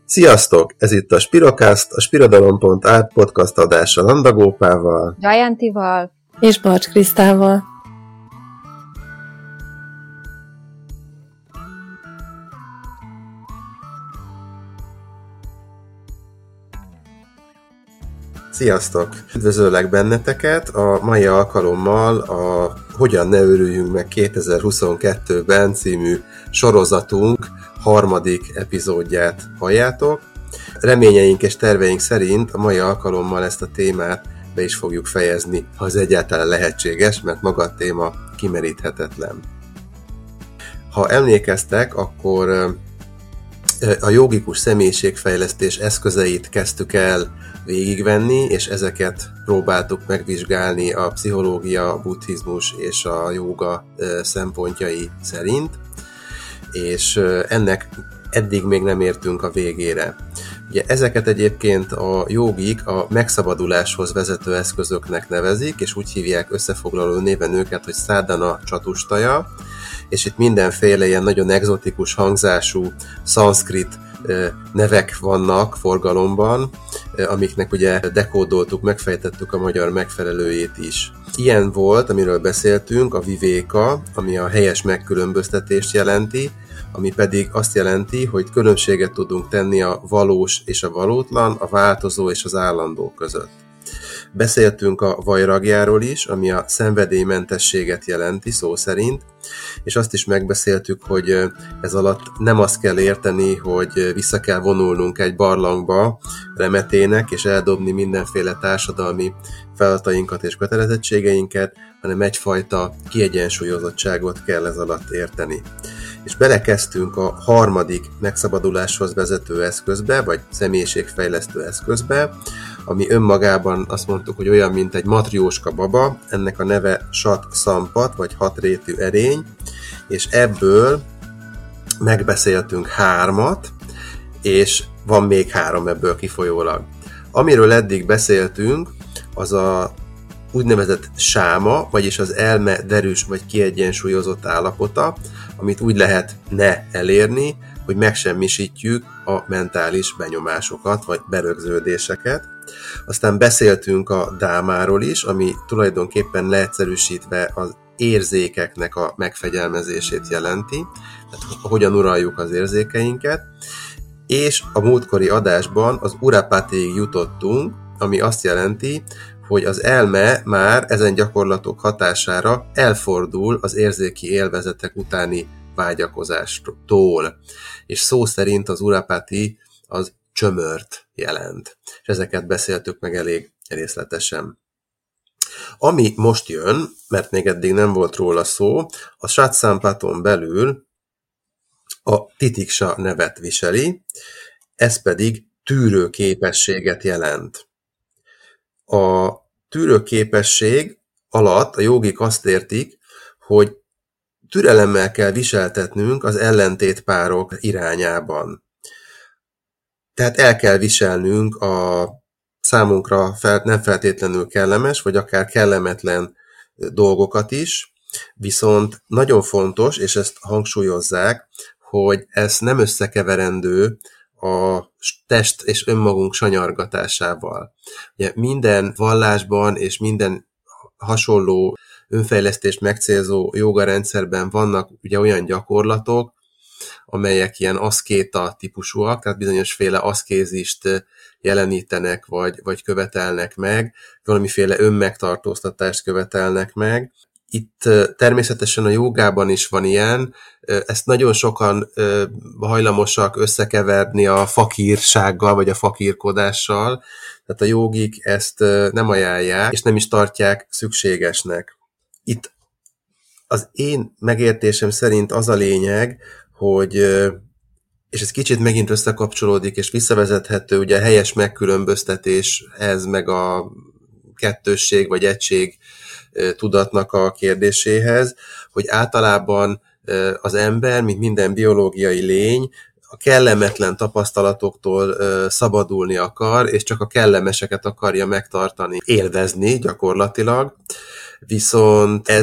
Sziasztok! Ez itt a Spirocast, a Spirodalom.art podcast adása Landagópával, Jayantival és Barcs Krisztával. Sziasztok! Üdvözöllek benneteket! A mai alkalommal a Hogyan ne őrüljünk meg 2022-ben című sorozatunk harmadik epizódját halljátok. Reményeink és terveink szerint a mai alkalommal ezt a témát be is fogjuk fejezni, ha ez egyáltalán lehetséges, mert maga a téma kimeríthetetlen. Ha emlékeztek, akkor a jogikus személyiségfejlesztés eszközeit kezdtük el végigvenni, és ezeket próbáltuk megvizsgálni a pszichológia, a buddhizmus és a jóga szempontjai szerint, és ennek eddig még nem értünk a végére. Ugye ezeket egyébként a jógik a megszabaduláshoz vezető eszközöknek nevezik, és úgy hívják összefoglaló néven őket, hogy Sadhana Csatustaja, és itt mindenféle ilyen nagyon egzotikus hangzású szanszkrit nevek vannak forgalomban, amiknek ugye dekódoltuk, megfejtettük a magyar megfelelőjét is. Ilyen volt, amiről beszéltünk, a vivéka, ami a helyes megkülönböztetést jelenti, ami pedig azt jelenti, hogy különbséget tudunk tenni a valós és a valótlan, a változó és az állandó között. Beszéltünk a vajragjáról is, ami a szenvedélymentességet jelenti szó szerint, és azt is megbeszéltük, hogy ez alatt nem azt kell érteni, hogy vissza kell vonulnunk egy barlangba remetének, és eldobni mindenféle társadalmi feladatainkat és kötelezettségeinket, hanem egyfajta kiegyensúlyozottságot kell ez alatt érteni. És belekezdtünk a harmadik megszabaduláshoz vezető eszközbe, vagy személyiségfejlesztő eszközbe, ami önmagában azt mondtuk, hogy olyan, mint egy matrióska baba, ennek a neve Sat Sampat, vagy hatrétű erény, és ebből megbeszéltünk 3, és van még 3 ebből kifolyólag. Amiről eddig beszéltünk, az a úgynevezett sáma, vagyis az elme derűs vagy kiegyensúlyozott állapota, amit úgy lehetne elérni, hogy megsemmisítjük a mentális benyomásokat, vagy berögződéseket. Aztán beszéltünk a dámáról is, ami tulajdonképpen leegyszerűsítve az érzékeknek a megfegyelmezését jelenti, tehát hogyan uraljuk az érzékeinket, és a múltkori adásban az urapatéig jutottunk, ami azt jelenti, hogy az elme már ezen gyakorlatok hatására elfordul az érzéki élvezetek utáni vágyakozástól. És szó szerint az urapati az csömört jelent. És ezeket beszéltük meg elég részletesen. Ami most jön, mert még eddig nem volt róla szó, a Sat Sampaton belül a titiksa nevet viseli, ez pedig tűrőképességet jelent. A tűrőképesség alatt a jógik azt értik, hogy türelemmel kell viseltetnünk az ellentétpárok irányában. Tehát el kell viselnünk a számunkra nem feltétlenül kellemes, vagy akár kellemetlen dolgokat is, viszont nagyon fontos, és ezt hangsúlyozzák, hogy ez nem összekeverendő a test és önmagunk sanyargatásával. Ugye minden vallásban és minden hasonló önfejlesztést megcélzó jogarendszerben vannak ugye olyan gyakorlatok, amelyek ilyen aszkéta típusúak, tehát bizonyosféle aszkézist jelenítenek, vagy követelnek meg, valamiféle önmegtartóztatást követelnek meg. Itt természetesen a jogában is van ilyen, ezt nagyon sokan hajlamosak összekeverni a fakírsággal, vagy a fakírkodással, tehát a jogik ezt nem ajánlják, és nem is tartják szükségesnek. Itt az én megértésem szerint az a lényeg, hogy, és ez kicsit megint összekapcsolódik, és visszavezethető ugye a helyes megkülönböztetéshez, meg a kettősség vagy egység tudatnak a kérdéséhez, hogy általában az ember, mint minden biológiai lény, a kellemetlen tapasztalatoktól szabadulni akar, és csak a kellemeseket akarja megtartani, élvezni gyakorlatilag, viszont ez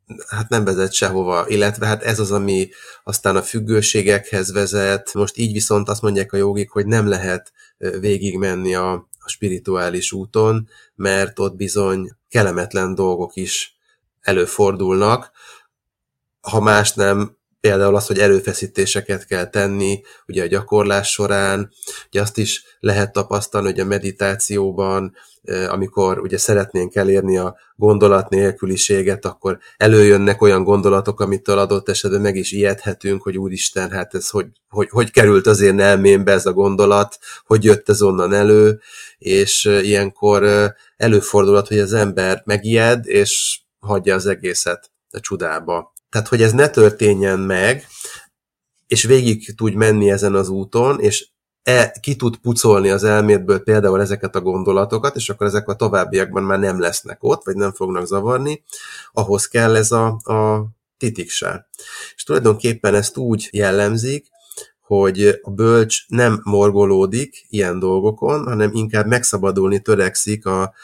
hát nem vezet sehova, illetve hát ez az, ami aztán a függőségekhez vezet. Most így viszont azt mondják a jogik, hogy nem lehet végigmenni a spirituális úton, mert ott bizony kellemetlen dolgok is előfordulnak, ha más nem, például az, hogy erőfeszítéseket kell tenni, ugye a gyakorlás során, ugye azt is lehet tapasztalni, hogy a meditációban, amikor ugye szeretnénk elérni a gondolat nélküliséget, akkor előjönnek olyan gondolatok, amitől adott esetben meg is ijedhetünk, hogy úristen, hát ez hogy került az én elmémbe ez a gondolat, hogy jött ez onnan elő, és ilyenkor előfordulhat, hogy az ember megijed, és hagyja az egészet a csudába. Tehát, hogy ez ne történjen meg, és végig tudj menni ezen az úton, és ki tud pucolni az elmédből például ezeket a gondolatokat, és akkor ezek a továbbiakban már nem lesznek ott, vagy nem fognak zavarni, ahhoz kell ez a titiksá. És tulajdonképpen ezt úgy jellemzik, hogy a bölcs nem morgolódik ilyen dolgokon, hanem inkább megszabadulni törekszik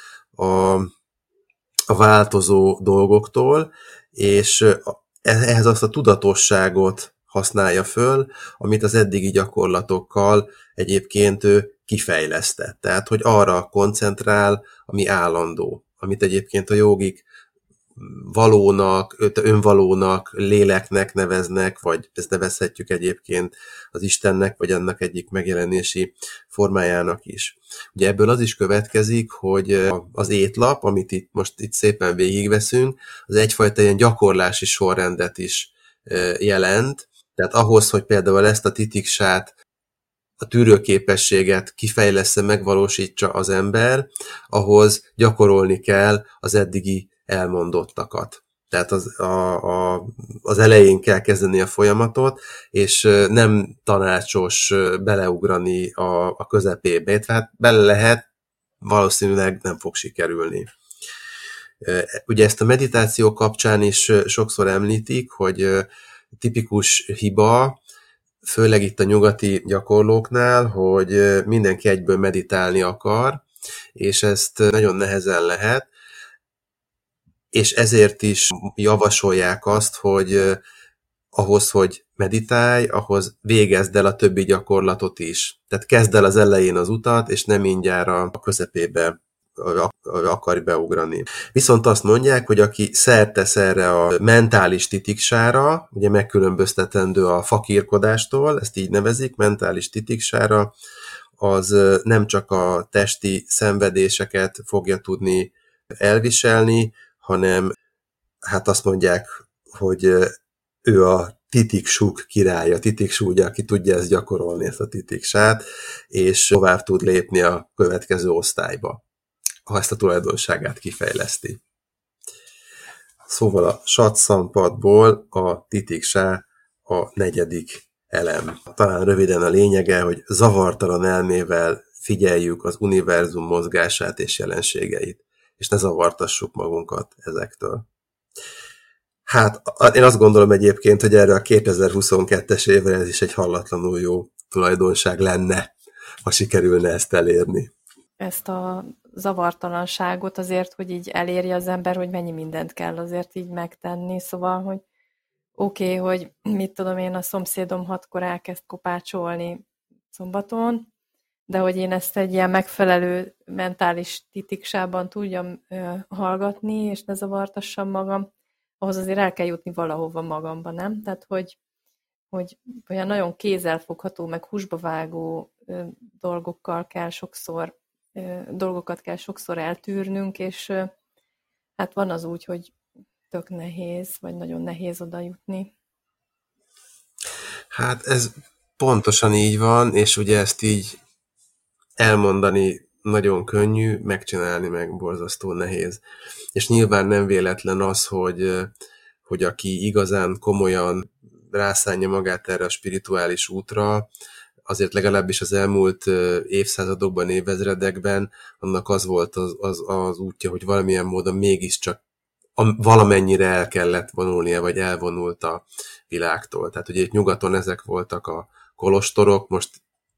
a változó dolgoktól, és ehhez azt a tudatosságot használja föl, amit az eddigi gyakorlatokkal egyébként ő kifejlesztett. Tehát, hogy arra koncentrál, ami állandó, amit egyébként a jogik valónak, önvalónak, léleknek neveznek, vagy ezt nevezhetjük egyébként az Istennek, vagy annak egyik megjelenési formájának is. Ugye ebből az is következik, hogy az étlap, amit itt szépen végigveszünk, az egyfajta ilyen gyakorlási sorrendet is jelent. Tehát ahhoz, hogy például ezt a titiksát, a tűrőképességet kifejlessze, megvalósítsa az ember, ahhoz gyakorolni kell az eddigi elmondottakat. Tehát az elején kell kezdeni a folyamatot, és nem tanácsos beleugrani a közepébe. Tehát bele lehet, valószínűleg nem fog sikerülni. Ugye ezt a meditáció kapcsán is sokszor említik, hogy tipikus hiba, főleg itt a nyugati gyakorlóknál, hogy mindenki egyből meditálni akar, és ezt nagyon nehezen lehet, és ezért is javasolják azt, hogy ahhoz, hogy meditálj, ahhoz végezd el a többi gyakorlatot is. Tehát kezd el az elején az utat, és nem mindjárt a közepébe akarj beugrani. Viszont azt mondják, hogy aki szert tesz erre a mentális titiksára, ugye megkülönböztetendő a fakírkodástól, ezt így nevezik, mentális titiksára, az nem csak a testi szenvedéseket fogja tudni elviselni, hanem hát azt mondják, hogy ő a titiksúk királya, titiksú, ugye, aki tudja ezt gyakorolni, ezt a titiksát, és tovább tud lépni a következő osztályba, ha ezt a tulajdonságát kifejleszti. Szóval a satszampadból a titiksá a 4. elem. Talán röviden a lényege, hogy zavartalan elmével figyeljük az univerzum mozgását és jelenségeit, és ne zavartassuk magunkat ezektől. Hát én azt gondolom egyébként, hogy erre a 2022-es évre ez is egy hallatlanul jó tulajdonság lenne, ha sikerülne ezt elérni. Ezt a zavartalanságot azért, hogy így elérje az ember, hogy mennyi mindent kell azért így megtenni, szóval, hogy oké, hogy mit tudom én, a szomszédom 6-kor elkezd kopácsolni szombaton, de hogy én ezt egy ilyen megfelelő mentális titiksában tudjam hallgatni, és ne zavartassam magam, ahhoz azért el kell jutni valahova magamba, nem? Tehát, hogy olyan nagyon kézzelfogható, meg húsba vágó dolgokat kell sokszor eltűrnünk, és hát van az úgy, hogy tök nehéz, vagy nagyon nehéz oda jutni. Hát ez pontosan így van, és ugye ezt így elmondani nagyon könnyű, megcsinálni meg borzasztó nehéz. És nyilván nem véletlen az, hogy aki igazán komolyan rászánja magát erre a spirituális útra, azért legalábbis az elmúlt évszázadokban, évezredekben annak az volt az útja, hogy valamilyen módon mégiscsak valamennyire el kellett vonulnia, vagy elvonult a világtól. Tehát ugye itt nyugaton ezek voltak a kolostorok, most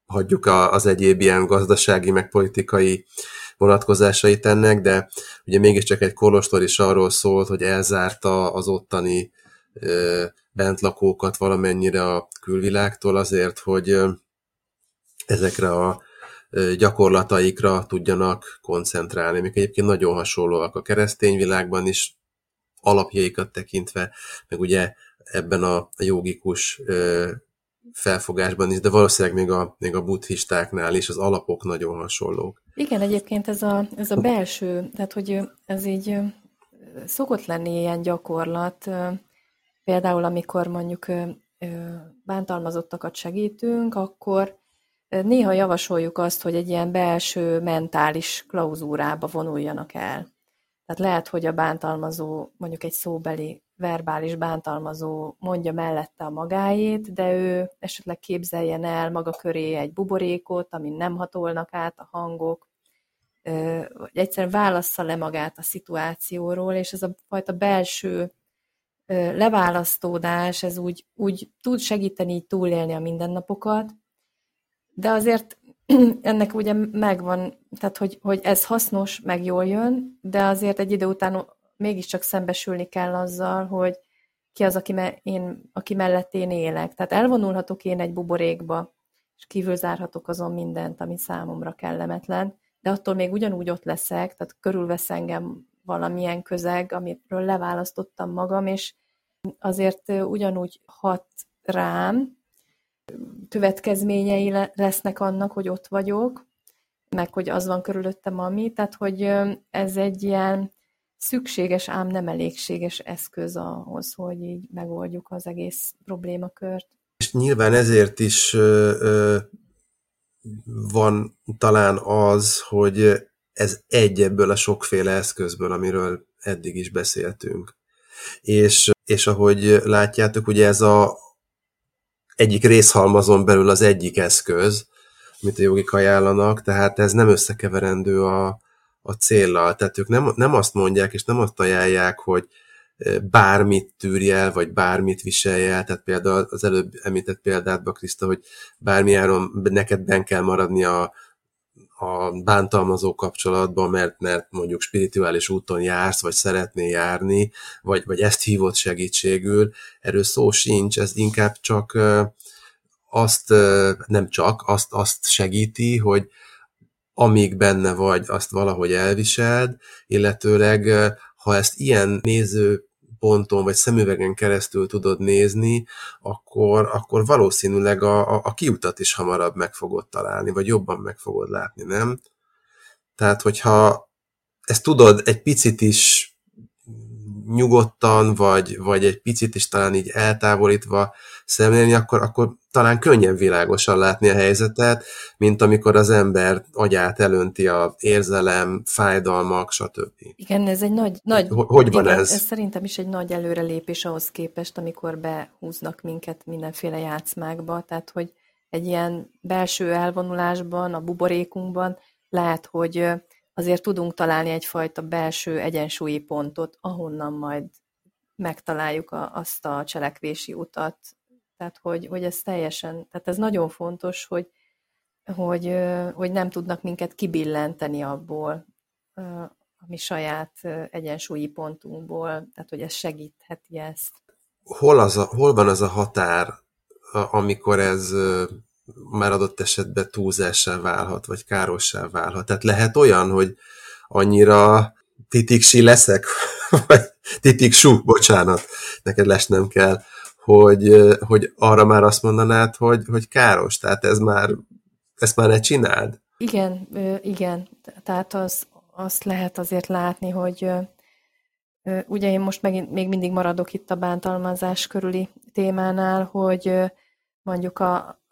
hagyjuk az egyéb ilyen gazdasági, meg politikai vonatkozásait ennek, de ugye mégiscsak egy kolostor is arról szólt, hogy elzárta az ottani bentlakókat valamennyire a külvilágtól azért, hogy ezekre a gyakorlataikra tudjanak koncentrálni, amik egyébként nagyon hasonlóak a keresztény világban is, alapjaikat tekintve, meg ugye ebben a jógikus felfogásban is, de valószínűleg még a buddhistáknál is az alapok nagyon hasonlók. Igen, egyébként ez a belső, tehát hogy ez így szokott lenni ilyen gyakorlat, például amikor mondjuk bántalmazottakat segítünk, akkor néha javasoljuk azt, hogy egy ilyen belső mentális klauzúrába vonuljanak el. Tehát lehet, hogy a bántalmazó, mondjuk egy szóbeli, verbális bántalmazó mondja mellette a magáét, de ő esetleg képzeljen el maga köré egy buborékot, amin nem hatolnak át a hangok, vagy egyszerűen válassza le magát a szituációról, és ez a fajta belső leválasztódás, ez úgy tud segíteni így túlélni a mindennapokat, de azért ennek ugye megvan, tehát hogy ez hasznos, meg jól jön, de azért egy idő után mégiscsak szembesülni kell azzal, hogy ki az, aki mellett én élek. Tehát elvonulhatok én egy buborékba, és kívül zárhatok azon mindent, ami számomra kellemetlen, de attól még ugyanúgy ott leszek, tehát körülvesz engem valamilyen közeg, amiről leválasztottam magam, és azért ugyanúgy hat rám, következményei lesznek annak, hogy ott vagyok, meg hogy az van körülöttem, ami, tehát hogy ez egy ilyen szükséges, ám nem elégséges eszköz ahhoz, hogy így megoldjuk az egész problémakört. És nyilván ezért is van talán az, hogy ez egy ebből a sokféle eszközből, amiről eddig is beszéltünk. És ahogy látjátok, ugye ez egyik részhalmazon belül az egyik eszköz, amit a jogik ajánlanak, tehát ez nem összekeverendő a céllal. Tehát ők nem azt mondják, és nem azt ajánlják, hogy bármit tűrj el, vagy bármit viselj el, tehát például az előbb említett példátban, Kriszta, hogy bármiáron neked benn kell maradni a bántalmazó kapcsolatban, mert mondjuk spirituális úton jársz, vagy szeretnél járni, vagy ezt hívott segítségül, erről szó sincs, ez inkább csak azt segíti, hogy amíg benne vagy, azt valahogy elviseld, illetőleg ha ezt ilyen nézőponton vagy szemüvegen keresztül tudod nézni, akkor valószínűleg a kiutat is hamarabb meg fogod találni, vagy jobban meg fogod látni, nem? Tehát, hogyha ezt tudod egy picit is nyugodtan, vagy egy picit is talán így eltávolítva szemlélni, akkor talán könnyen világosan látni a helyzetet, mint amikor az ember agyát elönti a érzelem, fájdalmak, stb. Igen, ez egy nagy hogy van igen, ez? Ez szerintem is egy nagy előrelépés ahhoz képest, amikor behúznak minket mindenféle játszmákba, tehát hogy egy ilyen belső elvonulásban, a buborékunkban lehet, hogy azért tudunk találni egyfajta belső egyensúlyi pontot, ahonnan majd megtaláljuk azt a cselekvési utat. Tehát, hogy ez teljesen, tehát ez nagyon fontos, hogy nem tudnak minket kibillenteni abból, a mi saját egyensúlyi pontunkból, tehát, hogy ez segítheti ezt. Hol van az a határ, amikor ez már adott esetben túlzássá válhat, vagy károssá válhat? Tehát lehet olyan, hogy annyira titiksi leszek, vagy titiksú, bocsánat, neked lesnem kell, hogy arra már azt mondanád, hogy káros, tehát ezt már ne csináld? Igen, tehát azt lehet azért látni, hogy ugye én most még mindig maradok itt a bántalmazás körüli témánál, hogy mondjuk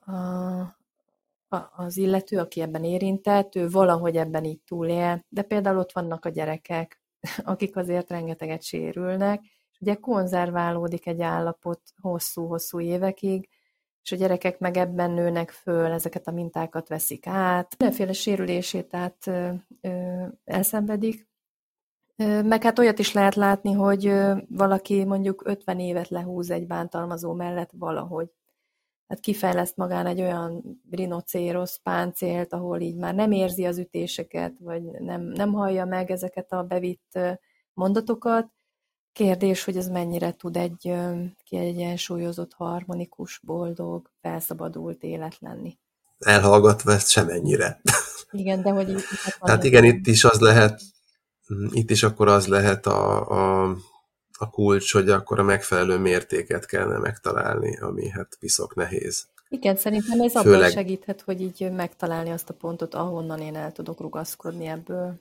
az illető, aki ebben érintett, ő valahogy ebben így túlél, de például ott vannak a gyerekek, akik azért rengeteget sérülnek, és ugye konzerválódik egy állapot hosszú-hosszú évekig, és a gyerekek meg ebben nőnek föl, ezeket a mintákat veszik át, mindenféle sérülését elszenvedik, meg hát olyat is lehet látni, hogy valaki mondjuk 50 évet lehúz egy bántalmazó mellett valahogy. Hát kifejleszt magán egy olyan rinocérosz páncélt, ahol így már nem érzi az ütéseket, vagy nem hallja meg ezeket a bevitt mondatokat. Kérdés, hogy ez mennyire tud egy kiegyensúlyozott, harmonikus, boldog, felszabadult élet lenni. Elhallgatva ezt semennyire. Igen, de hogy Hát igen, itt is akkor az lehet a kulcs, hogy akkor a megfelelő mértéket kellene megtalálni, ami hát piszok nehéz. Igen, szerintem ez abban segíthet, hogy így megtalálni azt a pontot, ahonnan én el tudok rugaszkodni ebből.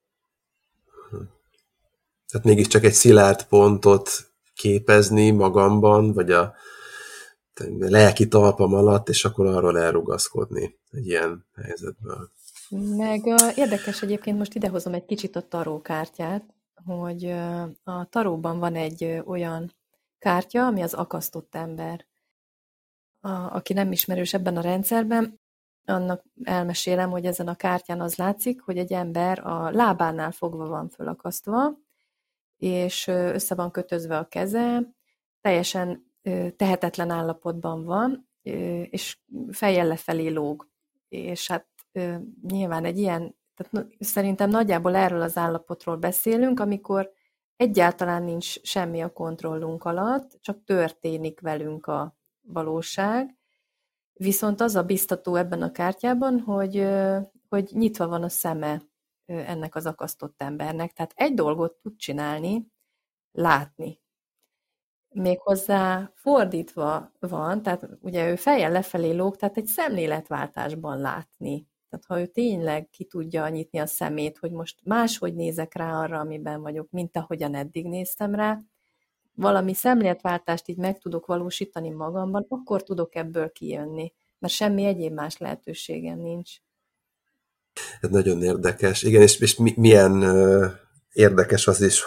Tehát mégiscsak egy szilárd pontot képezni magamban, vagy a lelki talpam alatt, és akkor arról elrugaszkodni egy ilyen helyzetből. Meg érdekes egyébként, most idehozom egy kicsit a tarókártyát, hogy a taróban van egy olyan kártya, ami az akasztott ember. Aki nem ismerős ebben a rendszerben, annak elmesélem, hogy ezen a kártyán az látszik, hogy egy ember a lábánál fogva van fölakasztva, és össze van kötözve a keze, teljesen tehetetlen állapotban van, és fejjel lefelé lóg. És hát nyilván egy ilyen, tehát szerintem nagyjából erről az állapotról beszélünk, amikor egyáltalán nincs semmi a kontrollunk alatt, csak történik velünk a valóság. Viszont az a biztató ebben a kártyában, hogy nyitva van a szeme ennek az akasztott embernek. Tehát egy dolgot tud csinálni, látni. Méghozzá fordítva van, tehát ugye ő fejjel lefelé lóg, tehát egy szemléletváltásban látni. Tehát ha ő tényleg ki tudja nyitni a szemét, hogy most máshogy nézek rá arra, amiben vagyok, mint ahogyan eddig néztem rá, valami szemléletváltást így meg tudok valósítani magamban, akkor tudok ebből kijönni, mert semmi egyéb más lehetőségem nincs. Ez nagyon érdekes. Igen, és milyen érdekes az is,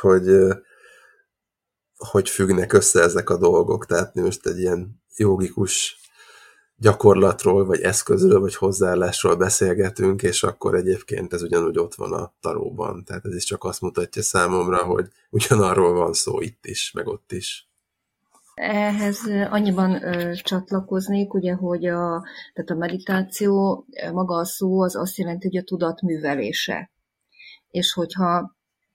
hogy függnek össze ezek a dolgok. Tehát most egy ilyen jogikus gyakorlatról, vagy eszközről, vagy hozzáállásról beszélgetünk, és akkor egyébként ez ugyanúgy ott van a taróban. Tehát ez is csak azt mutatja számomra, hogy ugyanarról van szó itt is, meg ott is. Ehhez annyiban csatlakoznék, ugye, hogy tehát a meditáció, maga a szó az azt jelenti, hogy a tudat művelése. És hogyha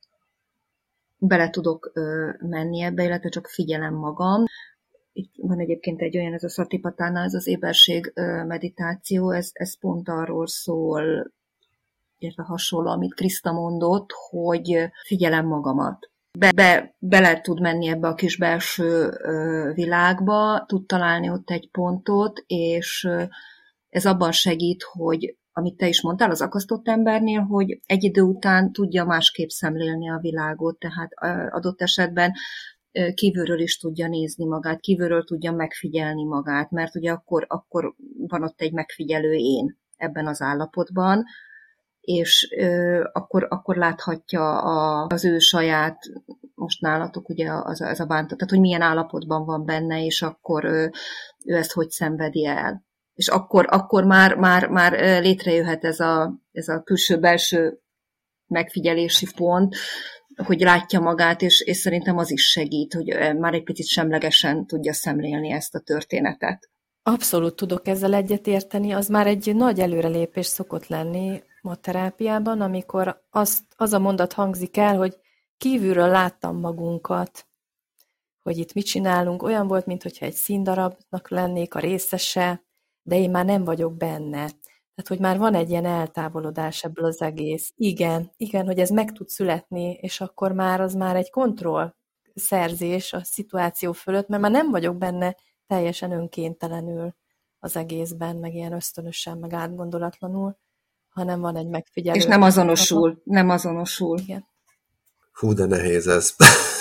bele tudok menni ebbe, illetve csak figyelem magam. Itt van egyébként egy olyan, ez a Satipatthana, ez az éberség meditáció, ez pont arról szól, illetve hasonló, amit Kriszta mondott, hogy figyelem magamat. Bele tud menni ebbe a kis belső világba, tud találni ott egy pontot, és ez abban segít, hogy amit te is mondtál az akasztott embernél, hogy egy idő után tudja másképp szemlélni a világot, tehát adott esetben kívülről is tudja nézni magát, kívülről tudja megfigyelni magát, mert ugye akkor van ott egy megfigyelő én ebben az állapotban, és akkor láthatja az ő saját, most nálatok ugye ez a bántat, tehát hogy milyen állapotban van benne, és akkor ő ezt hogy szenvedi el. És akkor már létrejöhet ez a külső-belső megfigyelési pont, hogy látja magát, és szerintem az is segít, hogy már egy picit semlegesen tudja szemlélni ezt a történetet. Abszolút tudok ezzel egyetérteni, az már egy nagy előrelépés szokott lenni a terápiában, amikor az a mondat hangzik el, hogy kívülről láttam magunkat, hogy itt mit csinálunk, olyan volt, mintha egy színdarabnak lennék a részese, de én már nem vagyok benne. Tehát, hogy már van egy ilyen eltávolodás ebből az egész. Igen, hogy ez meg tud születni, és akkor az már egy kontrollszerzés a szituáció fölött, mert már nem vagyok benne teljesen önkéntelenül az egészben, meg ilyen ösztönösen, meg átgondolatlanul, hanem van egy megfigyelő. És nem azonosul. Igen. Hú, de nehéz ez.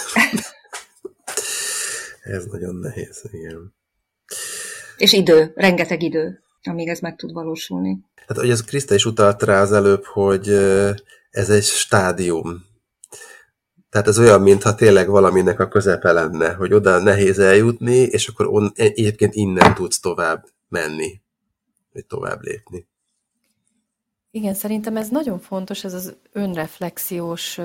Ez nagyon nehéz, igen. És rengeteg idő, amíg ez meg tud valósulni. Hát, hogy ez Kriszta is utalt rá az előbb, hogy ez egy stádium. Tehát ez olyan, mintha tényleg valaminek a közepe lenne, hogy oda nehéz eljutni, és akkor egyébként innen tudsz tovább menni, vagy tovább lépni. Igen, szerintem ez nagyon fontos, ez az önreflexiós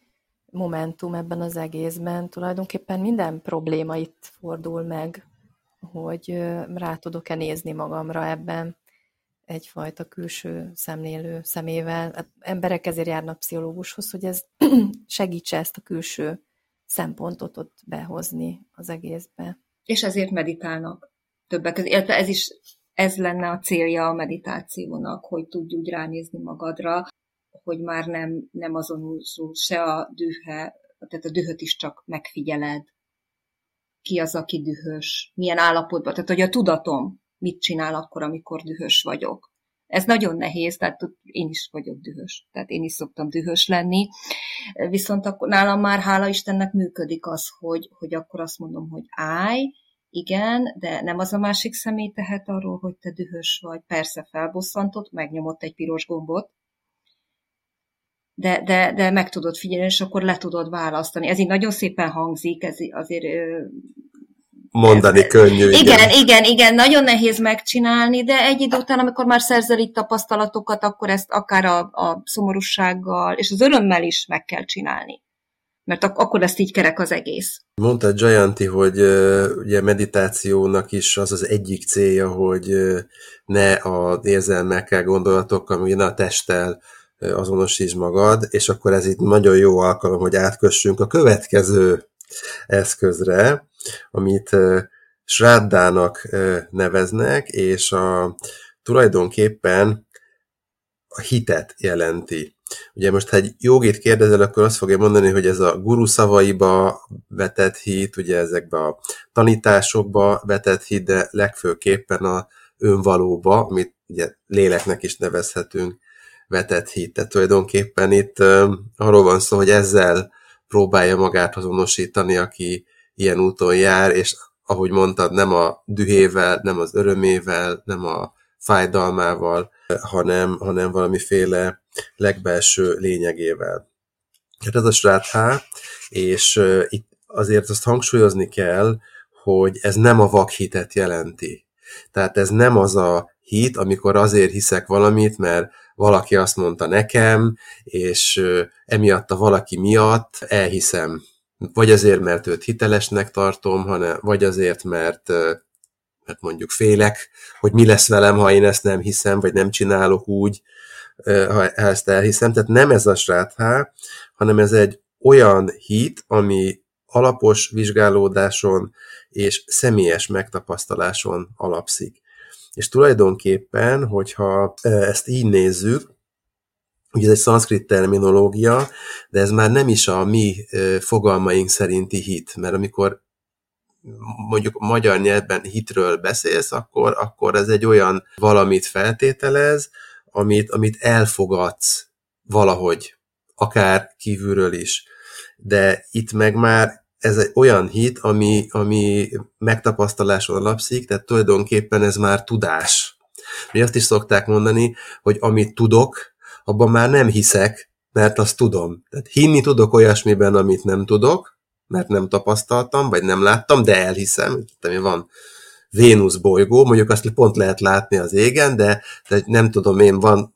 momentum ebben az egészben. Tulajdonképpen minden probléma itt fordul meg. hogy rá tudok-e nézni magamra ebben egyfajta külső szemlélő szemével. Hát emberek ezért járnak pszichológushoz, hogy ez segítse ezt a külső szempontot ott behozni az egészbe. És ezért meditálnak többek között. Illetve ez lenne a célja a meditációnak, hogy tudj úgy ránézni magadra, hogy már nem azonosul se a dühe, tehát a dühöt is csak megfigyeled. Ki az, aki dühös, milyen állapotban, tehát hogy a tudatom mit csinál akkor, amikor dühös vagyok. Ez nagyon nehéz, tehát én is vagyok dühös, tehát én is szoktam dühös lenni, viszont akkor nálam már hála Istennek működik az, hogy akkor azt mondom, hogy állj, igen, de nem az a másik személy tehet arról, hogy te dühös vagy, persze felbosszantott, megnyomott egy piros gombot, de meg tudod figyelni, és akkor le tudod választani. Ez így nagyon szépen hangzik, ez azért... Mondani könnyű. Igen, nagyon nehéz megcsinálni, de egy idő után, amikor már szerzel itt tapasztalatokat, akkor ezt akár a szomorúsággal, és az örömmel is meg kell csinálni. Mert akkor lesz így kerek az egész. Mondta Jayanti, hogy ugye meditációnak is az az egyik célja, hogy ne az érzelmekkel, gondolatokkal, ugye ne a testtel azonosítsd magad, és akkor ez itt nagyon jó alkalom, hogy átkössünk a következő eszközre, amit Sráddhának neveznek, és tulajdonképpen a hitet jelenti. Ugye most, ha egy jogit kérdezel, akkor azt fogja mondani, hogy ez a guru szavaiba vetett hit, ugye ezekbe a tanításokba vetett hit, de legfőképpen a önvalóba, amit ugye léleknek is nevezhetünk, vetett hit. Tehát tulajdonképpen itt arról van szó, hogy ezzel próbálja magát azonosítani, aki ilyen úton jár, és ahogy mondtad, nem a dühével, nem az örömével, nem a fájdalmával, hanem valamiféle legbelső lényegével. Hát ez a Sráddhá, és itt azért azt hangsúlyozni kell, hogy ez nem a vakhitet jelenti. Tehát ez nem az a hit, amikor azért hiszek valamit, mert valaki azt mondta nekem, és emiatt a valaki miatt elhiszem. Vagy azért, mert őt hitelesnek tartom, vagy azért, mert mondjuk félek, hogy mi lesz velem, ha én ezt nem hiszem, vagy nem csinálok úgy, ha ezt elhiszem. Tehát nem ez a Sráddhá, hanem ez egy olyan hit, ami alapos vizsgálódáson és személyes megtapasztaláson alapszik. És tulajdonképpen, hogyha ezt így nézzük, ugye ez egy szanszkrit terminológia, de ez már nem is a mi fogalmaink szerinti hit, mert amikor mondjuk magyar nyelvben hitről beszélsz, akkor ez egy olyan valamit feltételez, amit elfogadsz valahogy, akár kívülről is. De itt meg már ez egy olyan hit, ami megtapasztaláson alapszik, tehát tulajdonképpen ez már tudás. Mi azt is szokták mondani, hogy amit tudok, abban már nem hiszek, mert azt tudom. Tehát hinni tudok olyasmiben, amit nem tudok, mert nem tapasztaltam, vagy nem láttam, de elhiszem. Van Vénusz bolygó, mondjuk azt pont lehet látni az égen, de nem tudom én, van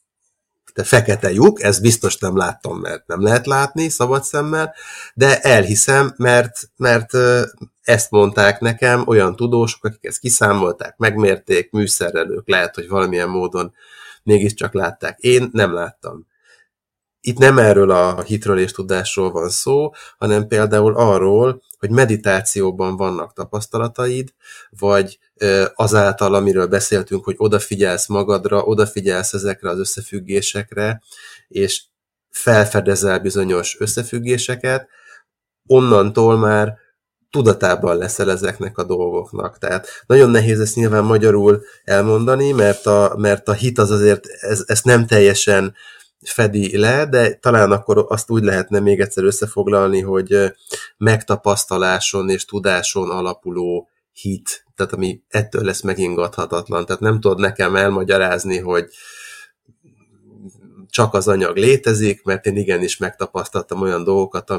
fekete lyuk, ezt biztos nem láttam, mert nem lehet látni szabad szemmel, de elhiszem, mert ezt mondták nekem olyan tudósok, akik ezt kiszámolták, megmérték, műszerelők, lehet, hogy valamilyen módon mégiscsak látták. Én nem láttam. Itt nem erről a hitről és tudásról van szó, hanem például arról, hogy meditációban vannak tapasztalataid, vagy azáltal, amiről beszéltünk, hogy odafigyelsz magadra, odafigyelsz ezekre az összefüggésekre, és felfedezel bizonyos összefüggéseket, onnantól már tudatában leszel ezeknek a dolgoknak. Tehát nagyon nehéz ezt nyilván magyarul elmondani, mert a hit az azért ezt nem teljesen fedi le, de talán akkor azt úgy lehetne még egyszer összefoglalni, hogy megtapasztaláson és tudáson alapuló hit, tehát ami ettől lesz megingathatatlan. Tehát nem tudod nekem elmagyarázni, hogy csak az anyag létezik, mert én igenis megtapasztaltam olyan dolgokat,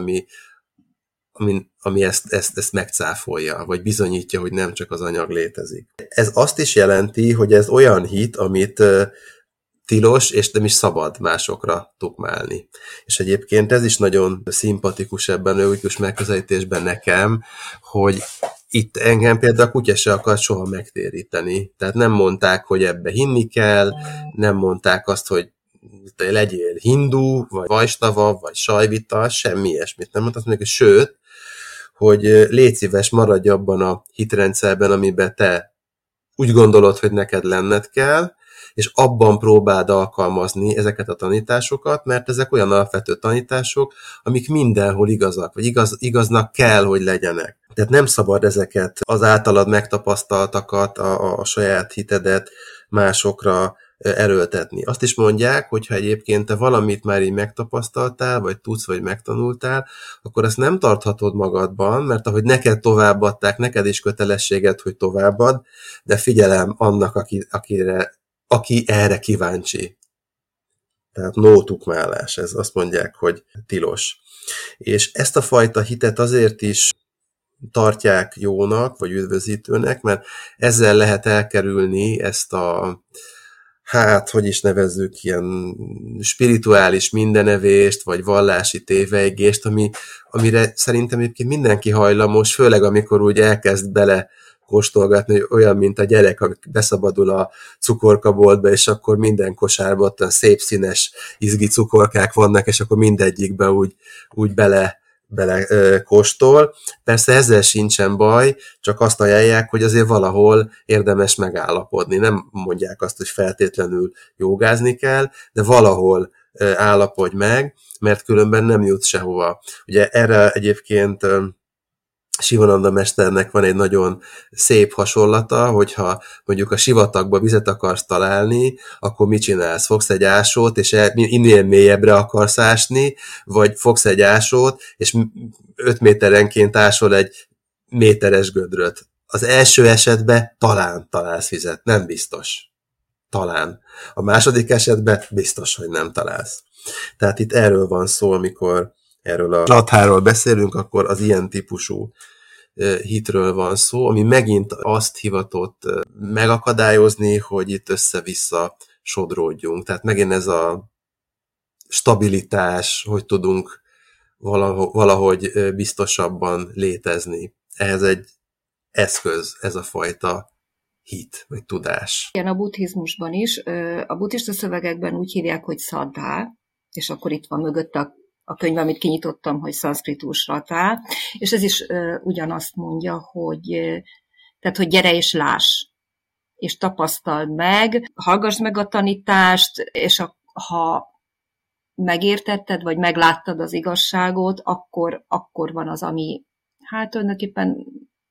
ami ezt megcáfolja, vagy bizonyítja, hogy nem csak az anyag létezik. Ez azt is jelenti, hogy ez olyan hit, amit tilos, és nem is szabad másokra tukmálni. És egyébként ez is nagyon szimpatikus ebben a logikus megközelítésben nekem, hogy itt engem például a kutya se akart soha megtéríteni. Tehát nem mondták, hogy ebbe hinni kell, nem mondták azt, hogy te legyél hindu, vagy vajsnava, vagy sajvita, semmi ilyesmit nem mondták, hogy sőt, hogy légy szíves, maradj abban a hitrendszerben, amiben te úgy gondolod, hogy neked lenned kell, és abban próbáld alkalmazni ezeket a tanításokat, mert ezek olyan alapvető tanítások, amik mindenhol igazak, vagy igaznak kell, hogy legyenek. Tehát nem szabad ezeket az általad megtapasztaltakat, a saját hitedet másokra erőltetni. Azt is mondják, hogyha egyébként te valamit már így megtapasztaltál, vagy tudsz, vagy megtanultál, akkor ezt nem tarthatod magadban, mert ahogy neked továbbadták, neked is kötelességed, hogy továbbad, de figyelem annak, aki erre kíváncsi. Tehát no tukmálás, ez azt mondják, hogy tilos. És ezt a fajta hitet azért is tartják jónak, vagy üdvözítőnek, mert ezzel lehet elkerülni ezt a hogy is nevezzük, ilyen spirituális mindenevést, vagy vallási tévejgést, amire szerintem egyébként mindenki hajlamos, főleg amikor úgy elkezd bele kóstolgatni, hogy olyan, mint a gyerek, aki beszabadul a cukorkaboltba, és akkor minden kosárban ott szép színes izgi cukorkák vannak, és akkor mindegyikbe úgy bele kóstol. Persze ezzel sincsen baj, csak azt ajánlják, hogy azért valahol érdemes megállapodni. Nem mondják azt, hogy feltétlenül jogázni kell, de valahol állapodj meg, mert különben nem jut sehova. Ugye erre egyébként Sivananda mesternek van egy nagyon szép hasonlata, hogyha mondjuk a sivatagba vizet akarsz találni, akkor mit csinálsz? Fogsz egy ásót, és minél mélyebbre akarsz ásni, vagy fogsz egy ásót, és 5 méterenként ásol egy méteres gödröt. Az első esetben talán találsz vizet, nem biztos. Talán. A második esetben biztos, hogy nem találsz. Tehát itt erről van szó, amikor erről a Radháról beszélünk, akkor az ilyen típusú hitről van szó, ami megint azt hivatott megakadályozni, hogy itt össze-vissza sodródjunk. Tehát megint ez a stabilitás, hogy tudunk valahogy biztosabban létezni. Ehhez egy eszköz, ez a fajta hit, vagy tudás. Igen, a buddhizmusban is. A buddhista szövegekben úgy hívják, hogy szadhá, és akkor itt van mögött a könyv, amit kinyitottam, hogy szanszkritus ratá, és ez is ugyanazt mondja, hogy gyere és láss, és tapasztald meg, hallgass meg a tanítást, és ha megértetted, vagy megláttad az igazságot, akkor van az, ami tulajdonképpen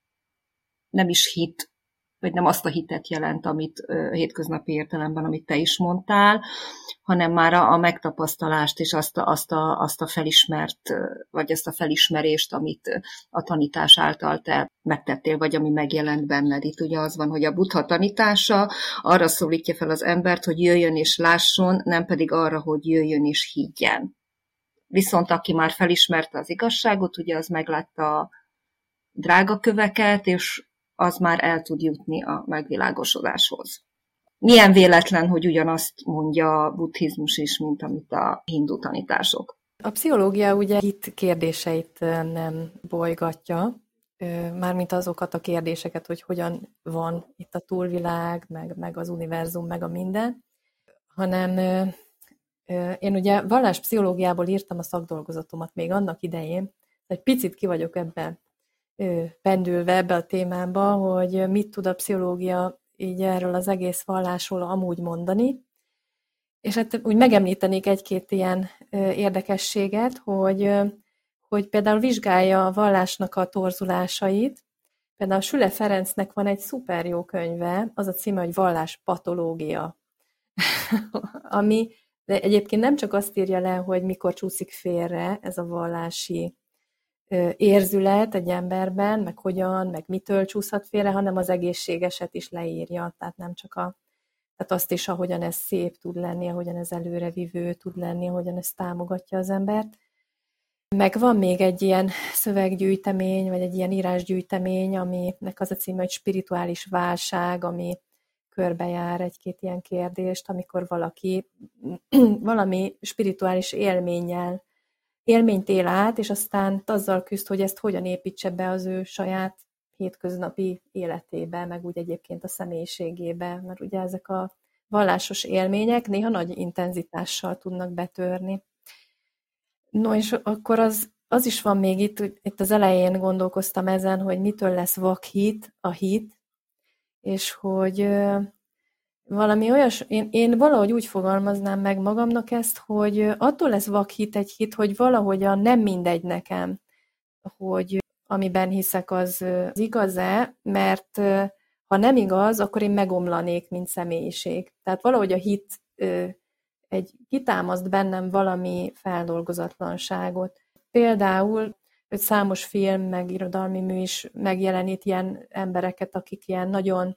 nem is hit, vagy nem azt a hitet jelent, amit hétköznapi értelemben, amit te is mondtál, hanem már a megtapasztalást és azt a felismert, vagy ezt a felismerést, amit a tanítás által te megtettél, vagy ami megjelent benned. Itt ugye az van, hogy a Buddha tanítása arra szólítja fel az embert, hogy jöjjön és lásson, nem pedig arra, hogy jöjjön és higgyen. Viszont aki már felismerte az igazságot, ugye az meglátta a drága köveket, és az már el tud jutni a megvilágosodáshoz. Milyen véletlen, hogy ugyanazt mondja a buddhizmus is, mint amit a hindu tanítások. A pszichológia ugye hit kérdéseit nem bolygatja, mármint azokat a kérdéseket, hogy hogyan van itt a túlvilág, meg az univerzum, meg a minden, hanem én ugye valláspszichológiából írtam a szakdolgozatomat még annak idején, egy picit ki vagyok ebben pendülve ebbe a témába, hogy mit tud a pszichológia így erről az egész vallásról amúgy mondani. És hát úgy megemlítenék egy-két ilyen érdekességet, hogy például vizsgálja a vallásnak a torzulásait. Például Süle Ferencnek van egy szuper jó könyve, az a címe, hogy Valláspatológia. Ami de egyébként nem csak azt írja le, hogy mikor csúszik félre ez a vallási érzület egy emberben, meg hogyan, meg mitől csúszhat félre, hanem az egészségeset is leírja, tehát nem csak tehát azt is, ahogyan ez szép tud lenni, ahogyan ez előrevívő tud lenni, ahogyan ez támogatja az embert. Meg van még egy ilyen szöveggyűjtemény, vagy egy ilyen írásgyűjtemény, aminek az a címe, hogy Spirituális válság, ami körbejár egy-két ilyen kérdést, amikor valaki valami spirituális élményt él át, és aztán azzal küzd, hogy ezt hogyan építse be az ő saját hétköznapi életébe, meg úgy egyébként a személyiségébe, mert ugye ezek a vallásos élmények néha nagy intenzitással tudnak betörni. No, és akkor az is van még itt az elején gondolkoztam ezen, hogy mitől lesz vakhit, a hit, és hogy valami olyas, én valahogy úgy fogalmaznám meg magamnak ezt, hogy attól lesz vakhit egy hit, hogy valahogyan nem mindegy nekem, hogy amiben hiszek az igaz-e, mert ha nem igaz, akkor én megomlanék, mint személyiség. Tehát valahogy a hit kitámaszt bennem valami feldolgozatlanságot. Például számos film, meg irodalmi mű is megjelenít ilyen embereket, akik ilyen nagyon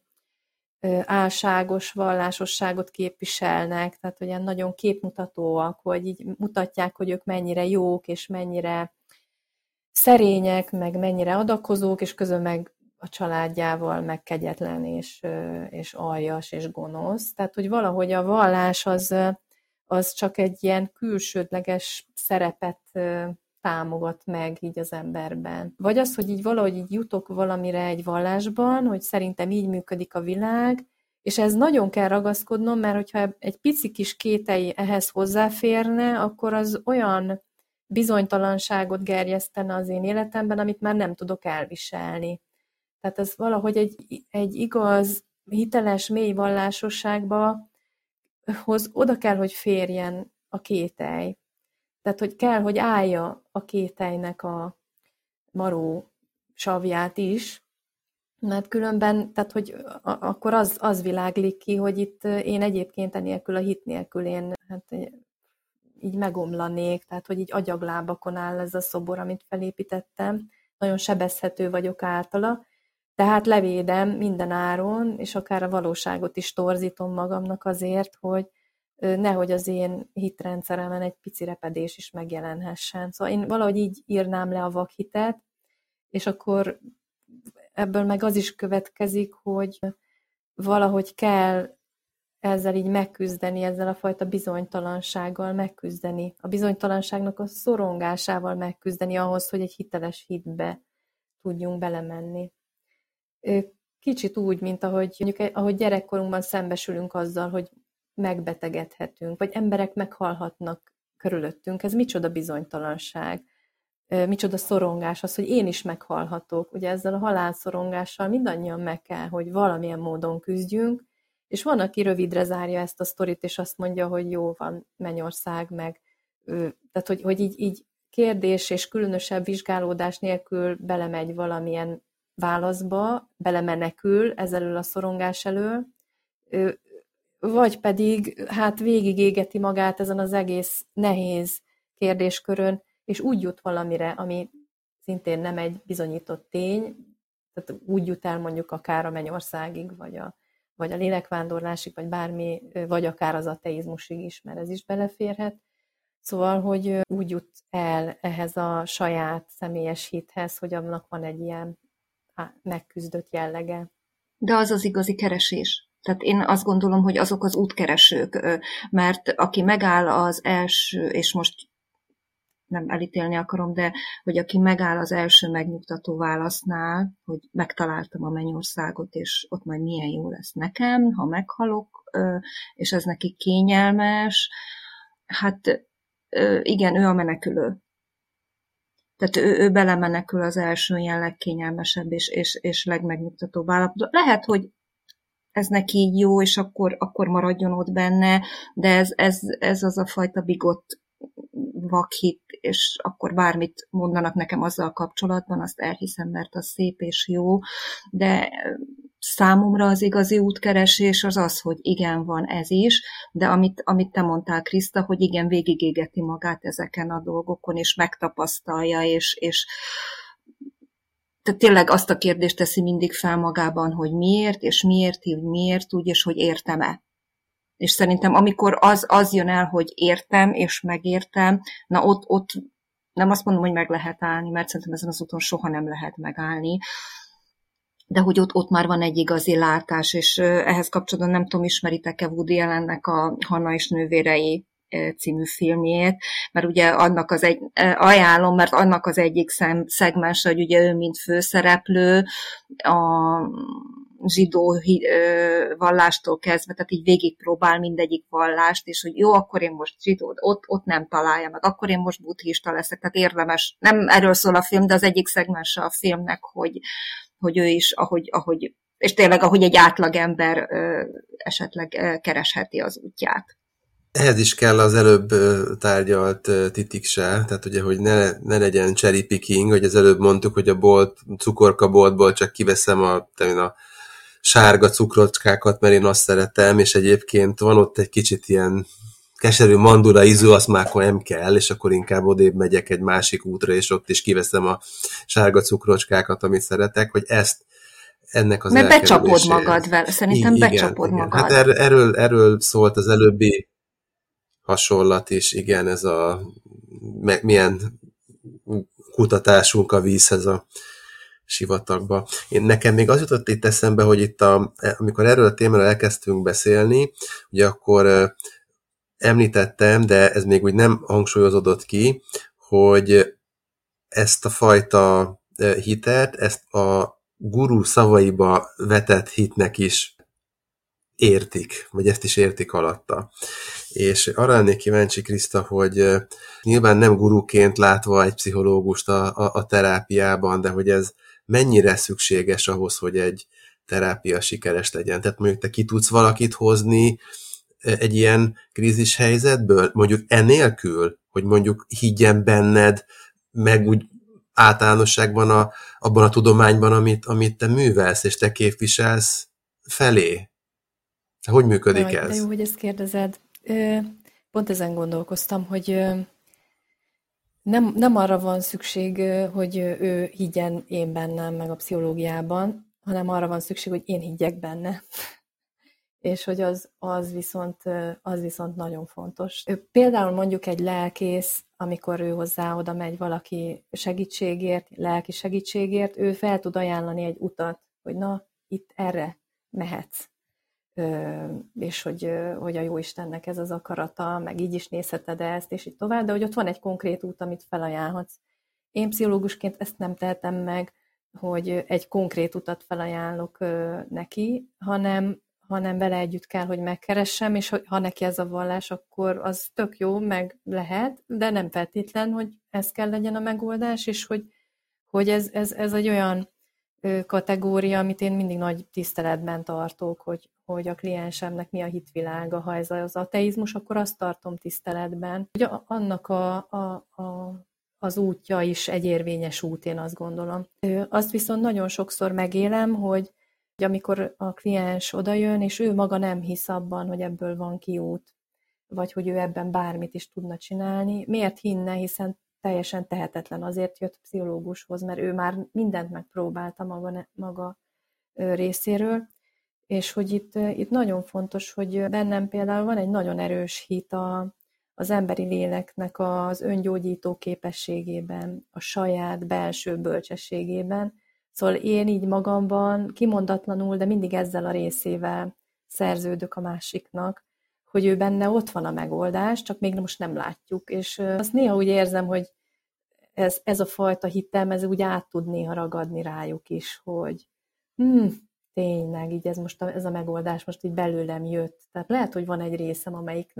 álságos vallásosságot képviselnek, tehát olyan nagyon képmutatóak, hogy így mutatják, hogy ők mennyire jók, és mennyire szerények, meg mennyire adakozók, és közben meg a családjával meg kegyetlen, és aljas, és gonosz. Tehát, hogy valahogy a vallás az csak egy ilyen külsődleges szerepet támogat meg így az emberben. Vagy az, hogy így valahogy így jutok valamire egy vallásban, hogy szerintem így működik a világ, és ez nagyon kell ragaszkodnom, mert hogyha egy pici kis kételj ehhez hozzáférne, akkor az olyan bizonytalanságot gerjesztene az én életemben, amit már nem tudok elviselni. Tehát ez valahogy egy igaz, hiteles, mély vallásosságba oda kell, hogy férjen a kételj. Tehát, hogy kell, hogy állja a kételynek a maró savját is, mert különben, tehát, hogy akkor az világlik ki, hogy itt én egyébként enélkül, a hit nélkül én így megomlanék, tehát, hogy így agyaglábakon áll ez a szobor, amit felépítettem. Nagyon sebezhető vagyok általa, tehát levédem minden áron, és akár a valóságot is torzítom magamnak azért, hogy nehogy az én hitrendszeremen egy pici repedés is megjelenhessen. Szóval én valahogy így írnám le a vakhitet, és akkor ebből meg az is következik, hogy valahogy kell ezzel így megküzdeni, ezzel a fajta bizonytalansággal megküzdeni. A bizonytalanságnak a szorongásával megküzdeni ahhoz, hogy egy hiteles hitbe tudjunk belemenni. Kicsit úgy, mint ahogy gyerekkorunkban szembesülünk azzal, hogy megbetegedhetünk, vagy emberek meghalhatnak körülöttünk. Ez micsoda bizonytalanság, micsoda szorongás az, hogy én is meghalhatok. Ugye ezzel a halálszorongással mindannyian meg kell, hogy valamilyen módon küzdjünk, és van, aki rövidre zárja ezt a sztorit, és azt mondja, hogy jó van, mennyország, meg tehát, hogy így kérdés és különösebb vizsgálódás nélkül belemegy valamilyen válaszba, belemenekül ezzel a szorongás elől, vagy pedig hát végigégeti magát ezen az egész nehéz kérdéskörön, és úgy jut valamire, ami szintén nem egy bizonyított tény, tehát úgy jut el mondjuk akár a mennyországig, vagy a lélekvándorlásig, vagy bármi, vagy akár az ateizmusig is, mert ez is beleférhet. Szóval, hogy úgy jut el ehhez a saját személyes hithez, hogy annak van egy ilyen megküzdött jellege. De az az igazi keresés. Tehát én azt gondolom, hogy azok az útkeresők, mert aki megáll az első, és most nem elítélni akarom, de hogy aki megáll az első megnyugtató válasznál, hogy megtaláltam a mennyországot, és ott majd milyen jó lesz nekem, ha meghalok, és ez neki kényelmes, hát igen, ő a menekülő. Tehát ő belemenekül az első ilyen legkényelmesebb és legmegnyugtatóbb állapotba. Lehet, hogy ez neki így jó, és akkor maradjon ott benne, de ez az a fajta bigott vakhit, és akkor bármit mondanak nekem azzal kapcsolatban, azt elhiszem, mert az szép és jó, de számomra az igazi útkeresés az, hogy igen, van ez is, de amit te mondtál, Kriszta, hogy igen, végigégeti magát ezeken a dolgokon, és megtapasztalja, és tehát tényleg azt a kérdést teszi mindig fel magában, hogy miért, és miért így, miért úgy, és hogy értem-e. És szerintem amikor az jön el, hogy értem, és megértem, na ott nem azt mondom, hogy meg lehet állni, mert szerintem ezen az úton soha nem lehet megállni, de hogy ott már van egy igazi látás, és ehhez kapcsolatban nem tudom, ismeritek-e Woody Allennek a Hanna és nővérei című filmjét, mert ugye annak ajánlom, mert annak az egyik szegmens, hogy ugye ő mint főszereplő a zsidó vallástól kezdve, tehát így végigpróbál mindegyik vallást, és hogy jó, akkor én most zsidó, ott nem találja meg, akkor én most buddhista leszek, tehát érdemes, nem erről szól a film, de az egyik szegmense a filmnek, hogy ő is, ahogy és tényleg, ahogy egy átlagember esetleg keresheti az útját. Ehhez is kell az előbb tárgyalt titik se, tehát ugye, hogy ne legyen cherry picking, hogy az előbb mondtuk, hogy a cukorkaboltból csak kiveszem a sárga cukrocskákat, mert én azt szeretem, és egyébként van ott egy kicsit ilyen keserű mandula ízű, azt már akkor nem kell, és akkor inkább odébb megyek egy másik útra, és ott is kiveszem a sárga cukrocskákat, amit szeretek, hogy ennek az mert becsapod magad vele, szerintem igen, becsapod igen. magad. Hát erről szólt az előbbi hasonlat is, igen, ez milyen kutatásunk a vízhez a sivatagba. Nekem még az jutott itt eszembe, hogy itt amikor erről a témáról elkezdtünk beszélni, ugye akkor említettem, de ez még úgy nem hangsúlyozódott ki, hogy ezt a fajta hitet, ezt a guru szavaiba vetett hitnek is értik, vagy ezt is értik alatta. És arra lennék kíváncsi, Kriszta, hogy nyilván nem guruként látva egy pszichológust a terápiában, de hogy ez mennyire szükséges ahhoz, hogy egy terápia sikeres legyen. Tehát mondjuk te ki tudsz valakit hozni egy ilyen krízis helyzetből, mondjuk enélkül, hogy mondjuk higgyen benned, meg úgy általánosságban abban a tudományban, amit te művelsz, és te képviselsz felé. Hogy működik ez? De jó, hogy ezt kérdezed. Pont ezen gondolkoztam, hogy nem arra van szükség, hogy ő higgyen én bennem, meg a pszichológiában, hanem arra van szükség, hogy én higgyek benne. És hogy az viszont nagyon fontos. Például mondjuk egy lelkész, amikor ő hozzá oda megy valaki segítségért, lelki segítségért, ő fel tud ajánlani egy utat, hogy na, itt erre mehetsz. És hogy a Jóistennek ez az akarata, meg így is nézheted ezt, és így tovább, de hogy ott van egy konkrét út, amit felajánlhatsz. Én pszichológusként ezt nem tehetem meg, hogy egy konkrét utat felajánlok neki, hanem vele együtt kell, hogy megkeressem, és ha neki ez a vallás, akkor az tök jó, meg lehet, de nem feltétlen, hogy ez kell legyen a megoldás, és hogy ez egy olyan kategória, amit én mindig nagy tiszteletben tartok, hogy a kliensemnek mi a hitvilága, ha ez az ateizmus, akkor azt tartom tiszteletben. Hogy annak az útja is egy érvényes út, én azt gondolom. Azt viszont nagyon sokszor megélem, hogy amikor a kliens odajön, és ő maga nem hisz abban, hogy ebből van kiút, vagy hogy ő ebben bármit is tudna csinálni. Miért hinne, hiszen teljesen tehetetlen, azért jött pszichológushoz, mert ő már mindent megpróbálta maga részéről, és hogy itt nagyon fontos, hogy bennem például van egy nagyon erős hit az emberi léleknek az öngyógyító képességében, a saját belső bölcsességében. Szóval én így magamban kimondatlanul, de mindig ezzel a részével szerződök a másiknak, hogy ő benne ott van a megoldás, csak még most nem látjuk. És azt néha úgy érzem, hogy ez a fajta hitem, ez úgy át tud néha ragadni rájuk is, hogy tényleg, így ez a megoldás most így belőlem jött. Tehát lehet, hogy van egy részem,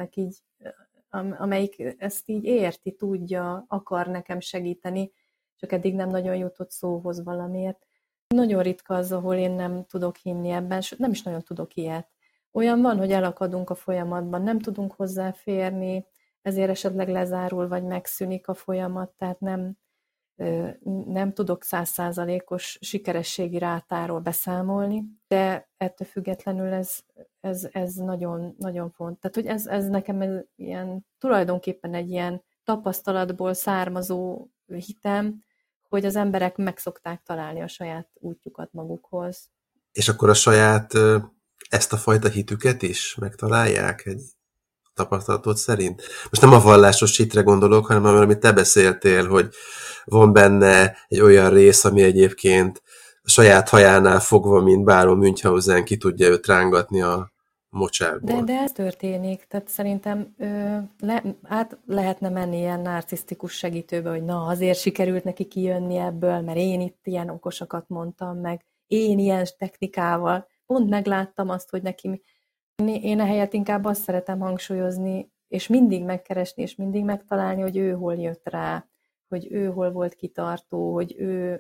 amelyik ezt így érti, tudja, akar nekem segíteni, csak eddig nem nagyon jutott szóhoz valamiért. Nagyon ritka az, ahol én nem tudok hinni ebben, sőt nem is nagyon tudok ilyet. Olyan van, hogy elakadunk a folyamatban, nem tudunk hozzáférni, ezért esetleg lezárul, vagy megszűnik a folyamat, tehát nem tudok 100%-os sikerességi rátáról beszámolni, de ettől függetlenül ez nagyon, nagyon fontos. Tehát, hogy ez nekem ilyen, tulajdonképpen egy ilyen tapasztalatból származó hitem, hogy az emberek meg szokták találni a saját útjukat magukhoz. És akkor a saját ezt a fajta hitüket is megtalálják egy tapasztalatod szerint? Most nem a vallásos hitre gondolok, hanem amit te beszéltél, hogy van benne egy olyan rész, ami egyébként saját hajánál fogva, mint Baron Münchhausen ki tudja őt rángatni a mocsárból. De ez történik, tehát szerintem át lehetne menni ilyen narcisztikus segítőbe, hogy na, azért sikerült neki kijönni ebből, mert én itt ilyen okosakat mondtam meg, én ilyen technikával, pont megláttam azt, hogy neki... Én ehelyett inkább azt szeretem hangsúlyozni, és mindig megkeresni, és mindig megtalálni, hogy ő hol jött rá, hogy ő hol volt kitartó, hogy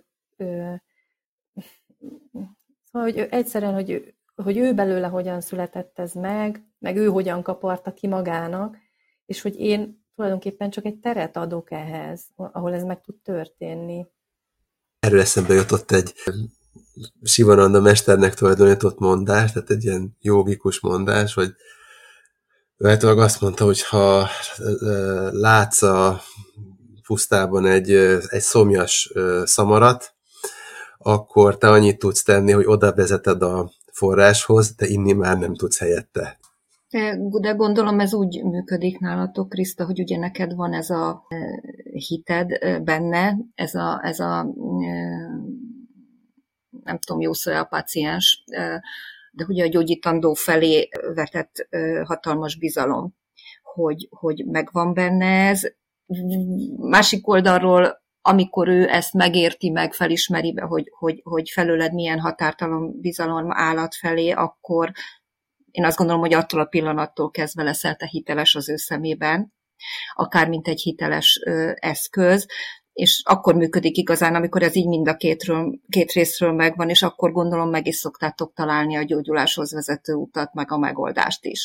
szóval, hogy egyszerűen, hogy ő belőle hogyan született ez meg ő hogyan kaparta ki magának, és hogy én tulajdonképpen csak egy teret adok ehhez, ahol ez meg tud történni. Erről eszembe jutott egy Sivananda mesternek tulajdonított mondás, tehát egy ilyen jógikus mondás, hogy ő általában azt mondta, hogy ha látsz a pusztában egy szomjas szamarat, akkor te annyit tudsz tenni, hogy oda vezeted a forráshoz, de inni már nem tudsz helyette. De gondolom ez úgy működik nálatok, Kriszta, hogy ugye neked van ez a hited benne, ez a nem tudom, jó szó a páciens, de ugye a gyógyítandó felé vetett hatalmas bizalom, hogy megvan benne ez. Másik oldalról, amikor ő ezt megérti, meg felismeri, hogy felőled milyen határtalan bizalom állat felé, akkor én azt gondolom, hogy attól a pillanattól kezdve leszel te hiteles az ő szemében, akár mint egy hiteles eszköz, és akkor működik igazán, amikor ez így mind a két részről megvan, és akkor gondolom meg is szoktátok találni a gyógyuláshoz vezető utat, meg a megoldást is.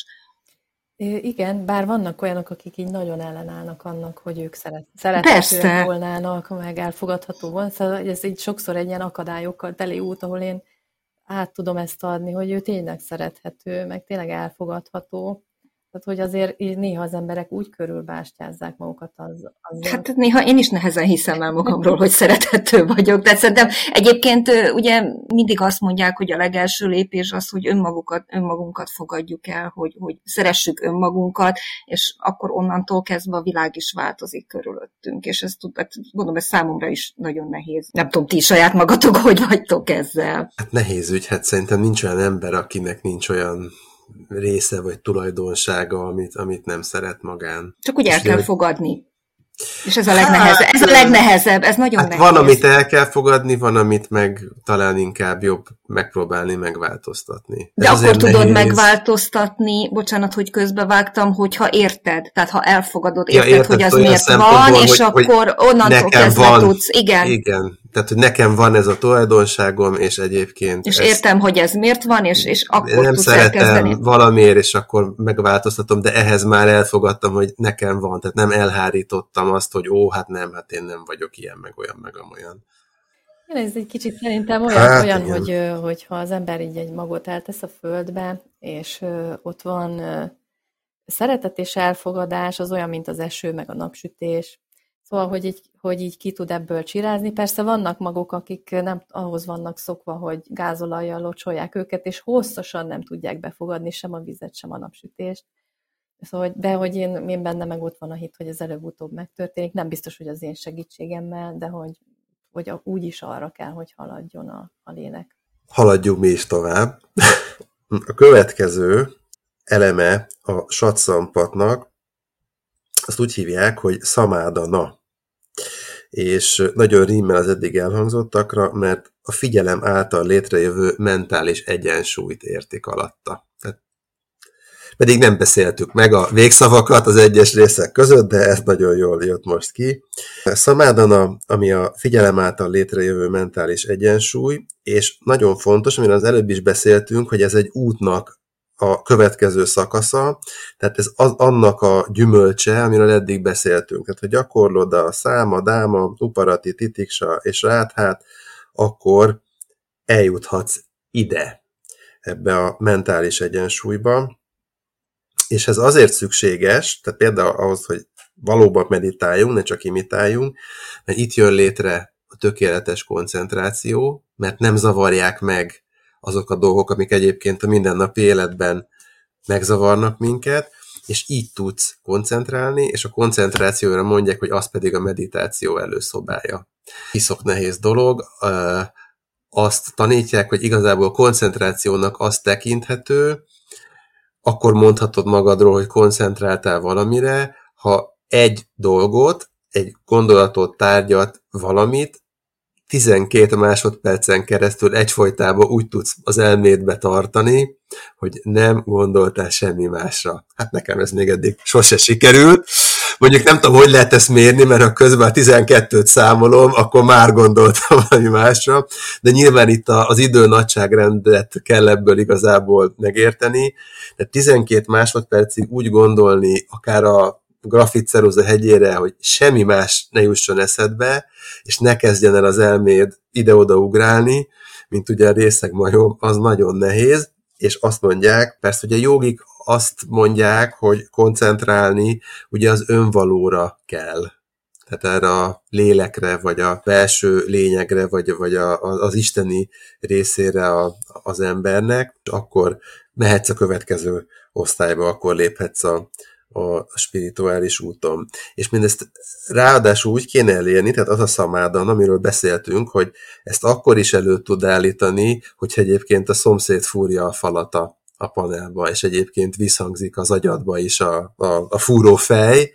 Igen, bár vannak olyanok, akik így nagyon ellenállnak annak, hogy ők szerethetőek volnának, meg elfogadható volna. Szóval ez így sokszor egy ilyen akadályokkal teli út, ahol én át tudom ezt adni, hogy ő tényleg szerethető, meg tényleg elfogadható. Tehát, hogy azért néha az emberek úgy körülbástyázzák magukat azzal. Hát néha én is nehezen hiszem el magamról, hogy szerethető vagyok. Tehát szerintem egyébként ugye mindig azt mondják, hogy a legelső lépés az, hogy önmagunkat fogadjuk el, hogy szeressük önmagunkat, és akkor onnantól kezdve a világ is változik körülöttünk. És ezt gondolom, ez számomra is nagyon nehéz. Nem tudom, ti saját magatok hogy vagytok ezzel? Hát nehéz ügy, hát szerintem nincs olyan ember, akinek nincs olyan része vagy tulajdonsága, amit nem szeret magán. Csak úgy el kell fogadni. És ez a legnehezebb. Ez a legnehezebb, ez nagyon nehéz. Van, amit el kell fogadni, van, amit meg talán inkább jobb megpróbálni megváltoztatni. De akkor tudod megváltoztatni, bocsánat, hogy közbevágtam, hogyha érted. Tehát ha elfogadod, érted, hogy az miért van, és akkor onnantól kezdve tudsz. Igen. Tehát, hogy nekem van ez a tulajdonságom, és egyébként... És értem, hogy ez miért van, és akkor nem tudsz elkezdeni. szeretem valamiért, és akkor megváltoztatom, de ehhez már elfogadtam, hogy nekem van. Tehát nem elhárítottam azt, hogy hát én nem vagyok ilyen, meg olyan, meg amolyan. Ez egy kicsit szerintem olyan hogyha az ember így egy magot eltesz a földbe, és ott van szeretet és elfogadás, az olyan, mint az eső, meg a napsütés. Szóval, hogy így ki tud ebből csirázni. Persze vannak magok, akik nem ahhoz vannak szokva, hogy gázolajjal locsolják őket, és hosszasan nem tudják befogadni sem a vizet, sem a napsütést. Szóval, de hogy én benne meg ott van a hit, hogy ez előbb-utóbb megtörténik. Nem biztos, hogy az én segítségemmel, de hogy úgy is arra kell, hogy haladjon a lélek. Haladjunk mi is tovább. A következő eleme a satsampatnak, azt úgy hívják, hogy samādhana. És nagyon rímmel az eddig elhangzottakra, mert a figyelem által létrejövő mentális egyensúlyt értik alatta. Pedig nem beszéltük meg a végszavakat az egyes részek között, de ez nagyon jól jött most ki. Samādhana, ami a figyelem által létrejövő mentális egyensúly, és nagyon fontos, amiről az előbb is beszéltünk, hogy ez egy útnak a következő szakasza, tehát ez annak a gyümölcse, amiről eddig beszéltünk. Tehát, ha gyakorlod a száma, dáma, uparati, titiksa és ráthát, akkor eljuthatsz ide, ebbe a mentális egyensúlyba. És ez azért szükséges, tehát például ahhoz, hogy valóban meditáljunk, ne csak imitáljunk, mert itt jön létre a tökéletes koncentráció, mert nem zavarják meg azok a dolgok, amik egyébként a mindennapi életben megzavarnak minket, és így tudsz koncentrálni, és a koncentrációra mondják, hogy az pedig a meditáció előszobája. Hiszok nehéz dolog, azt tanítják, hogy igazából koncentrációnak azt tekinthető, akkor mondhatod magadról, hogy koncentráltál valamire, ha egy dolgot, egy gondolatot, tárgyat, valamit 12 másodpercen keresztül egyfolytában úgy tudsz az elmédbe tartani, hogy nem gondoltál semmi másra. Hát nekem ez még eddig sose sikerült. Mondjuk nem tudom, hogy lehet ezt mérni, mert ha közben 12-t számolom, akkor már gondoltam valami másra, de nyilván itt az idő nagyságrendet kell ebből igazából megérteni. De 12 másodpercig úgy gondolni, akár a grafitceruza hegyére, hogy semmi más ne jusson eszedbe, és ne kezdjen el az elméd ide-oda ugrálni, mint ugye a részegmajom, az nagyon nehéz, és azt mondják, persze, hogy a jogik azt mondják, hogy koncentrálni ugye az önvalóra kell. Tehát erre a lélekre, vagy a belső lényegre, vagy az isteni részére az embernek, akkor mehetsz a következő osztályba, akkor léphetsz a spirituális úton. És mindezt ráadásul úgy kéne elérni, tehát az a szamádan, amiről beszéltünk, hogy ezt akkor is elő tud állítani, hogyha egyébként a szomszéd fúrja a falat a panelba, és egyébként visszhangzik az agyadba is a fúró fej.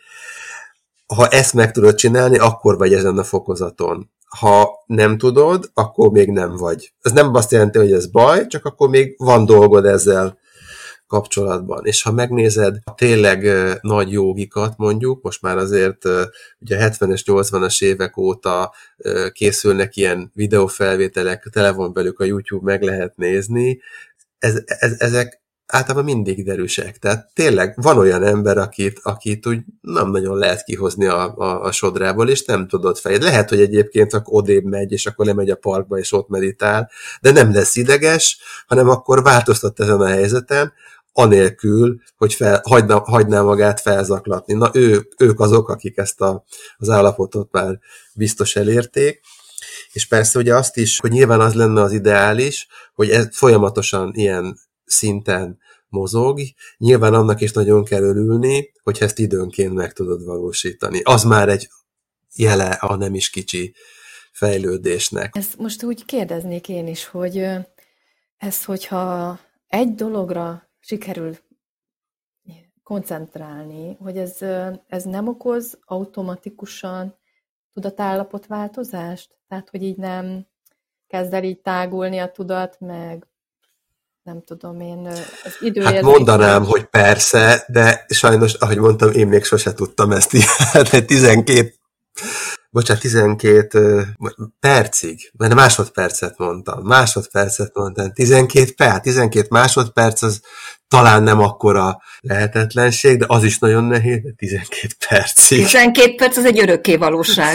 Ha ezt meg tudod csinálni, akkor vagy ezen a fokozaton. Ha nem tudod, akkor még nem vagy. Ez nem azt jelenti, hogy ez baj, csak akkor még van dolgod ezzel kapcsolatban. És ha megnézed a tényleg nagy jógikat mondjuk, most már azért ugye a 70-es, 80-as évek óta készülnek ilyen videófelvételek, tele van belük a YouTube, meg lehet nézni, ezek általában mindig derűsek. Tehát tényleg van olyan ember, akit úgy nem nagyon lehet kihozni a sodrából, és nem tudod fejed. Lehet, hogy egyébként csak odébb megy, és akkor lemegy a parkba, és ott meditál, de nem lesz ideges, hanem akkor változtat ezen a helyzeten, anélkül, hogy hagyná magát felzaklatni. Na ők azok, akik ezt az állapotot már biztos elérték, és persze ugye azt is, hogy nyilván az lenne az ideális, hogy ez folyamatosan ilyen szinten mozog, nyilván annak is nagyon kell örülni, hogy ezt időnként meg tudod valósítani. Az már egy jele a nem is kicsi fejlődésnek. Ezt most úgy kérdeznék én is, hogy hogyha egy dologra sikerül koncentrálni, hogy ez nem okoz automatikusan tudatállapotváltozást? Tehát, hogy így nem kezd el így tágulni a tudat, meg nem tudom én, az időérzék. Hát mondanám, hogy persze, de sajnos, ahogy mondtam, én még sose tudtam ezt így. 12 percig, mert másodpercet mondtam. 12 másodperc az talán nem akkora lehetetlenség, de az is nagyon nehéz, 12 percig. 12 perc az egy örökké valóság.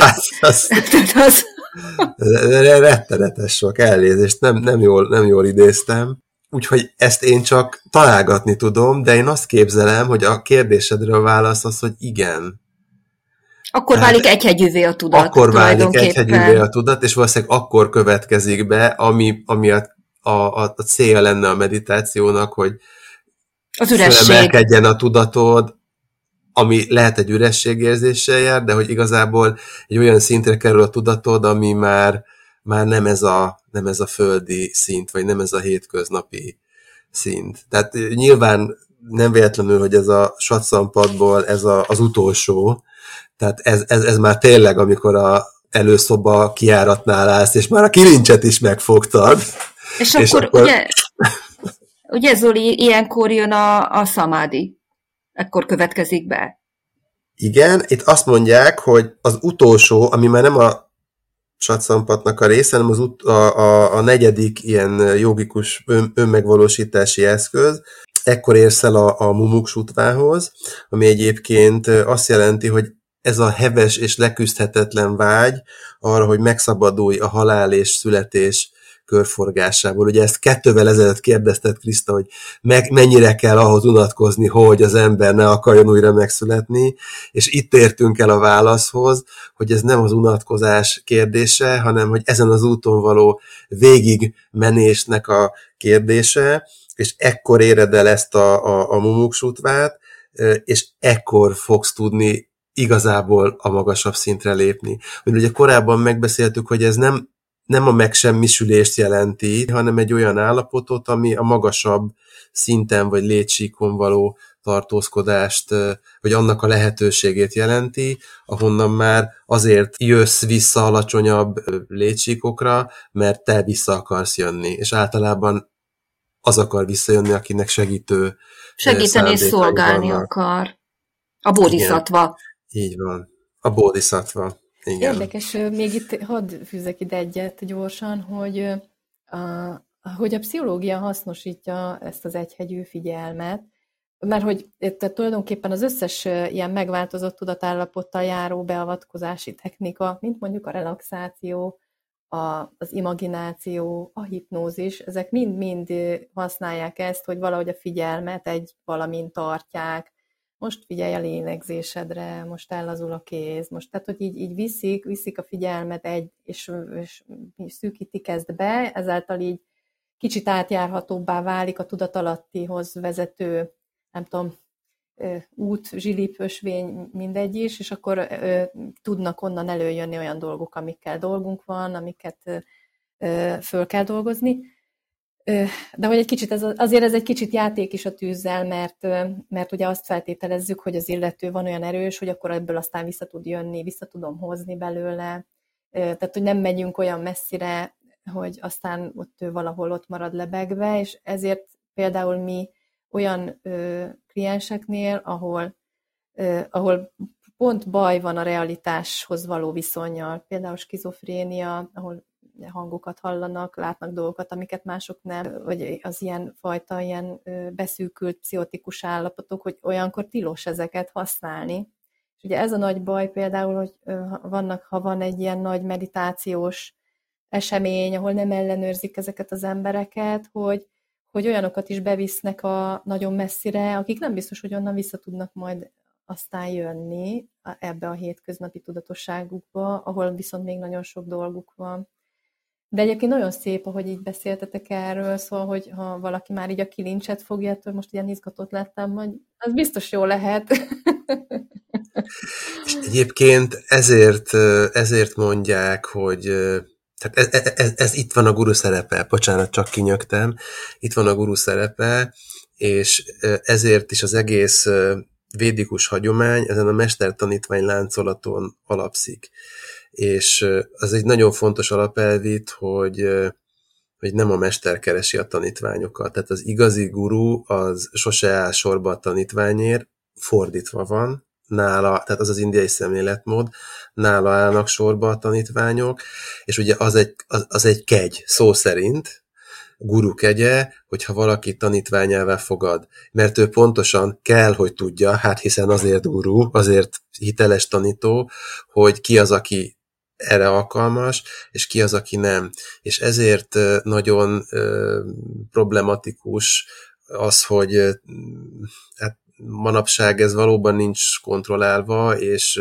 Rettenetes sok, elnézést, nem jól idéztem. Úgyhogy ezt én csak találgatni tudom, de én azt képzelem, hogy a kérdésedre a válasz az, hogy igen. Akkor válik egyhegyűvé a tudat. Akkor válik egyhegyűvé a tudat, és valószínűleg akkor következik be, ami a célja lenne a meditációnak, hogy felemelkedjen a tudatod, ami lehet egy ürességérzéssel jár, de hogy igazából egy olyan szintre kerül a tudatod, ami már nem ez a földi szint, vagy nem ez a hétköznapi szint. Tehát nyilván nem véletlenül, hogy ez a satszampadból ez az utolsó, tehát ez már tényleg, amikor a előszoba kijáratnál állsz, és már a kilincset is megfogtad. És akkor... Ugye Zoli, ilyenkor jön a szamádi. Akkor következik be. Igen, itt azt mondják, hogy az utolsó, ami már nem a satszampadnak a része, hanem a negyedik ilyen jogikus önmegvalósítási eszköz, ekkor érsz el a mumuksutvához, ami egyébként azt jelenti, hogy ez a heves és leküzdhetetlen vágy arra, hogy megszabadulj a halál és születés körforgásából. Ugye ezt 2 évvel ezelőtt kérdezted, Kriszta, hogy mennyire kell ahhoz unatkozni, hogy az ember ne akarjon újra megszületni, és itt értünk el a válaszhoz, hogy ez nem az unatkozás kérdése, hanem hogy ezen az úton való végigmenésnek a kérdése, és ekkor éred el ezt a mumuksutvát, és ekkor fogsz tudni igazából a magasabb szintre lépni. Ugye korábban megbeszéltük, hogy ez nem nem a megsemmisülést jelenti, hanem egy olyan állapotot, ami a magasabb szinten vagy létsíkon való tartózkodást, vagy annak a lehetőségét jelenti, ahonnan már azért jössz vissza alacsonyabb létsíkokra, mert te vissza akarsz jönni, és általában az akar visszajönni, akinek segíteni és szolgálni vannak. akar. A bodhisattva. Így van. A bodhisattva. Igen. Érdekes, még itt hadd fűzek ide egyet gyorsan, hogy a pszichológia hasznosítja ezt az egyhegyű figyelmet, mert hogy tehát tulajdonképpen az összes ilyen megváltozott tudatállapottal járó beavatkozási technika, mint mondjuk a relaxáció, az imagináció, a hipnózis, ezek mind-mind használják ezt, hogy valahogy a figyelmet egy valamin tartják. Most figyelj a lélegzésedre, most ellazul a kéz, most, tehát hogy így viszik a figyelmet és szűkítik ezt be, ezáltal így kicsit átjárhatóbbá válik a tudatalattihoz vezető, nem tudom, út, zsilip, ösvény, mindegy is, és akkor tudnak onnan előjönni olyan dolgok, amikkel dolgunk van, amiket föl kell dolgozni. De hogy egy kicsit azért ez egy kicsit játék is a tűzzel, mert ugye azt feltételezzük, hogy az illető van olyan erős, hogy akkor ebből aztán vissza tud jönni, vissza tudom hozni belőle. Tehát, hogy nem megyünk olyan messzire, hogy aztán ő valahol ott marad lebegve, és ezért például mi olyan klienseknél, ahol pont baj van a realitáshoz való viszonnyal, például skizofrénia, ahol hangokat hallanak, látnak dolgokat, amiket mások nem, vagy az ilyen fajta ilyen beszűkült pszichotikus állapotok, hogy olyankor tilos ezeket használni. És ugye ez a nagy baj például, hogy ha van egy ilyen nagy meditációs esemény, ahol nem ellenőrzik ezeket az embereket, hogy olyanokat is bevisznek nagyon messzire, akik nem biztos, hogy onnan vissza tudnak majd aztán jönni ebbe a hétköznapi tudatosságukba, ahol viszont még nagyon sok dolguk van. De egyébként nagyon szép, ahogy így beszéltetek erről, szóval, hogy ha valaki már így a kilincset fogja, ettől most ilyen izgatott lettem, hogy az biztos jó lehet. És egyébként ezért mondják, hogy tehát ez itt van a guru szerepe, bocsánat, csak kinyögtem, itt van a guru szerepe, és ezért is az egész védikus hagyomány ezen a mester-tanítvány láncolaton alapszik. És az egy nagyon fontos alapelvít, hogy nem a mester keresi a tanítványokat. Tehát az igazi guru az sose áll sorba a tanítványért, fordítva van nála, tehát az indiai szemléletmód, nála állnak sorba a tanítványok, és ugye az egy kegy, szó szerint, guru kegye, hogyha valaki tanítványává fogad. Mert ő pontosan kell, hogy tudja, hát hiszen azért guru, azért hiteles tanító, hogy ki az, aki erre alkalmas, és ki az, aki nem. És ezért nagyon problematikus az, hogy hát manapság ez valóban nincs kontrollálva, és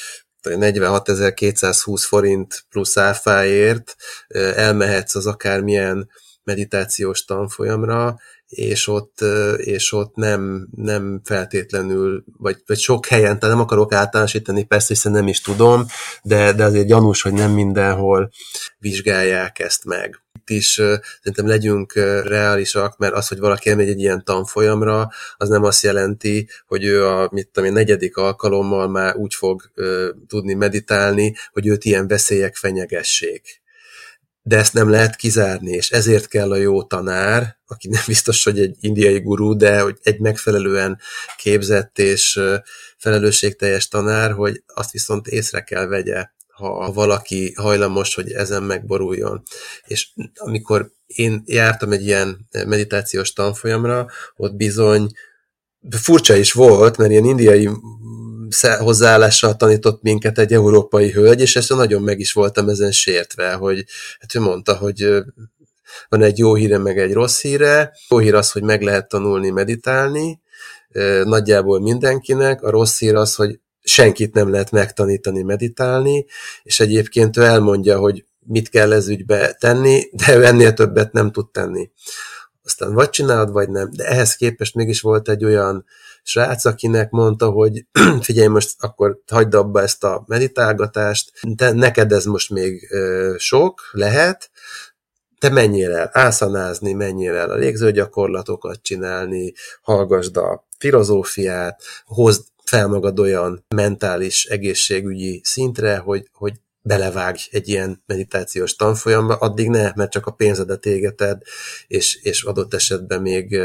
46.220 forint plusz áfáért elmehetsz az akármilyen meditációs tanfolyamra, és ott nem feltétlenül, vagy sok helyen, tehát nem akarok általánosítani, persze, hiszen nem is tudom, de azért gyanús, hogy nem mindenhol vizsgálják ezt meg. Itt is szerintem legyünk reálisak, mert az, hogy valaki elmegy egy ilyen tanfolyamra, az nem azt jelenti, hogy ő a 4. alkalommal már úgy fog tudni meditálni, hogy őt ilyen veszélyek fenyegessék. De ezt nem lehet kizárni, és ezért kell a jó tanár, aki nem biztos, hogy egy indiai guru, de hogy egy megfelelően képzett és felelősségteljes tanár, hogy azt viszont észre kell vegye, ha valaki hajlamos, hogy ezen megboruljon. És amikor én jártam egy ilyen meditációs tanfolyamra, ott bizony furcsa is volt, mert ilyen indiai hozzáállással tanított minket egy európai hölgy, és ezt nagyon meg is voltam ezen sértve, hogy hát ő mondta, hogy van egy jó híre, meg egy rossz híre. Jó hír az, hogy meg lehet tanulni meditálni, nagyjából mindenkinek. A rossz hír az, hogy senkit nem lehet megtanítani meditálni, és egyébként ő elmondja, hogy mit kell ez ügybe tenni, de ő ennél többet nem tud tenni. aztán vagy csinálod, vagy nem. De ehhez képest mégis volt egy olyan srác, akinek mondta, hogy figyelj, most akkor hagyd abba ezt a meditálgatást, de neked ez most még sok, lehet, te menjél el ászanázni, menjél el a légzőgyakorlatokat csinálni, hallgasd a filozófiát, hozd fel magad olyan mentális egészségügyi szintre, hogy belevágj egy ilyen meditációs tanfolyamba, addig ne, mert csak a pénzedet égeted, és adott esetben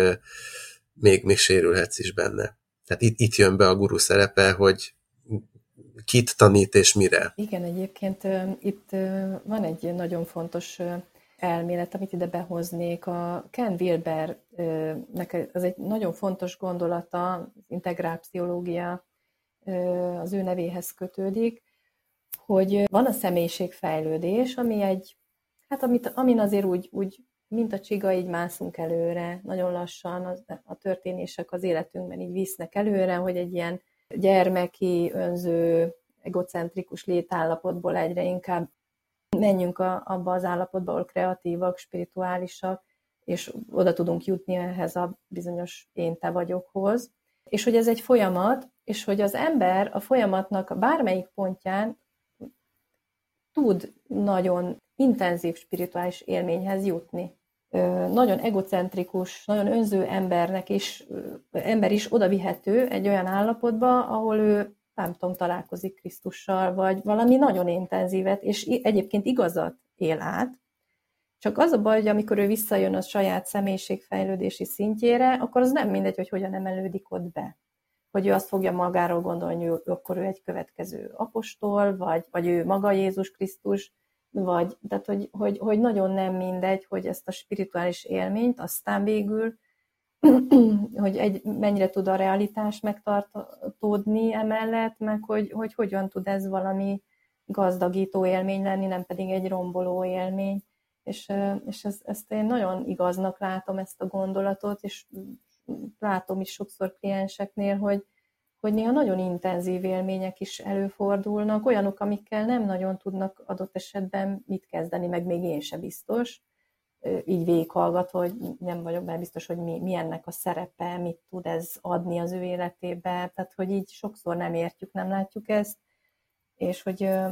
még sérülhetsz is benne. Tehát itt jön be a guru szerepe, hogy kit tanít és mire. Igen, egyébként itt van egy nagyon fontos elmélet, amit ide behoznék. A Ken Wilbernek az egy nagyon fontos gondolata, az integrálpszichológia az ő nevéhez kötődik, hogy van a személyiségfejlődés, ami amin azért úgy mint a csiga, így mászunk előre, nagyon lassan a történések az életünkben így visznek előre, hogy egy ilyen gyermeki, önző, egocentrikus létállapotból egyre inkább menjünk abba az állapotba, ahol kreatívak, spirituálisak, és oda tudunk jutni ehhez a bizonyos én-te vagyokhoz. És hogy ez egy folyamat, és hogy az ember a folyamatnak bármelyik pontján tud nagyon intenzív spirituális élményhez jutni. Nagyon egocentrikus, nagyon önző ember is oda vihető egy olyan állapotba, ahol ő, nem tudom, találkozik Krisztussal, vagy valami nagyon intenzívet, és egyébként igazat él át. Csak az a baj, hogy amikor ő visszajön a saját személyiségfejlődési szintjére, akkor az nem mindegy, hogy hogyan emelődik ott be. Hogy ő azt fogja magáról gondolni, hogy akkor ő egy következő apostol, vagy ő maga Jézus Krisztus, tehát hogy nagyon nem mindegy, hogy ezt a spirituális élményt aztán végül, hogy mennyire tud a realitás megtartódni emellett, meg hogy hogyan tud ez valami gazdagító élmény lenni, nem pedig egy romboló élmény. És ezt én nagyon igaznak látom, ezt a gondolatot, és látom is sokszor klienseknél, hogy néha nagyon intenzív élmények is előfordulnak, olyanok, amikkel nem nagyon tudnak adott esetben mit kezdeni, meg még én se biztos. Így végighallgatva, hogy nem vagyok benne biztos, hogy mi ennek a szerepe, mit tud ez adni az ő életébe, tehát hogy így sokszor nem értjük, nem látjuk ezt, és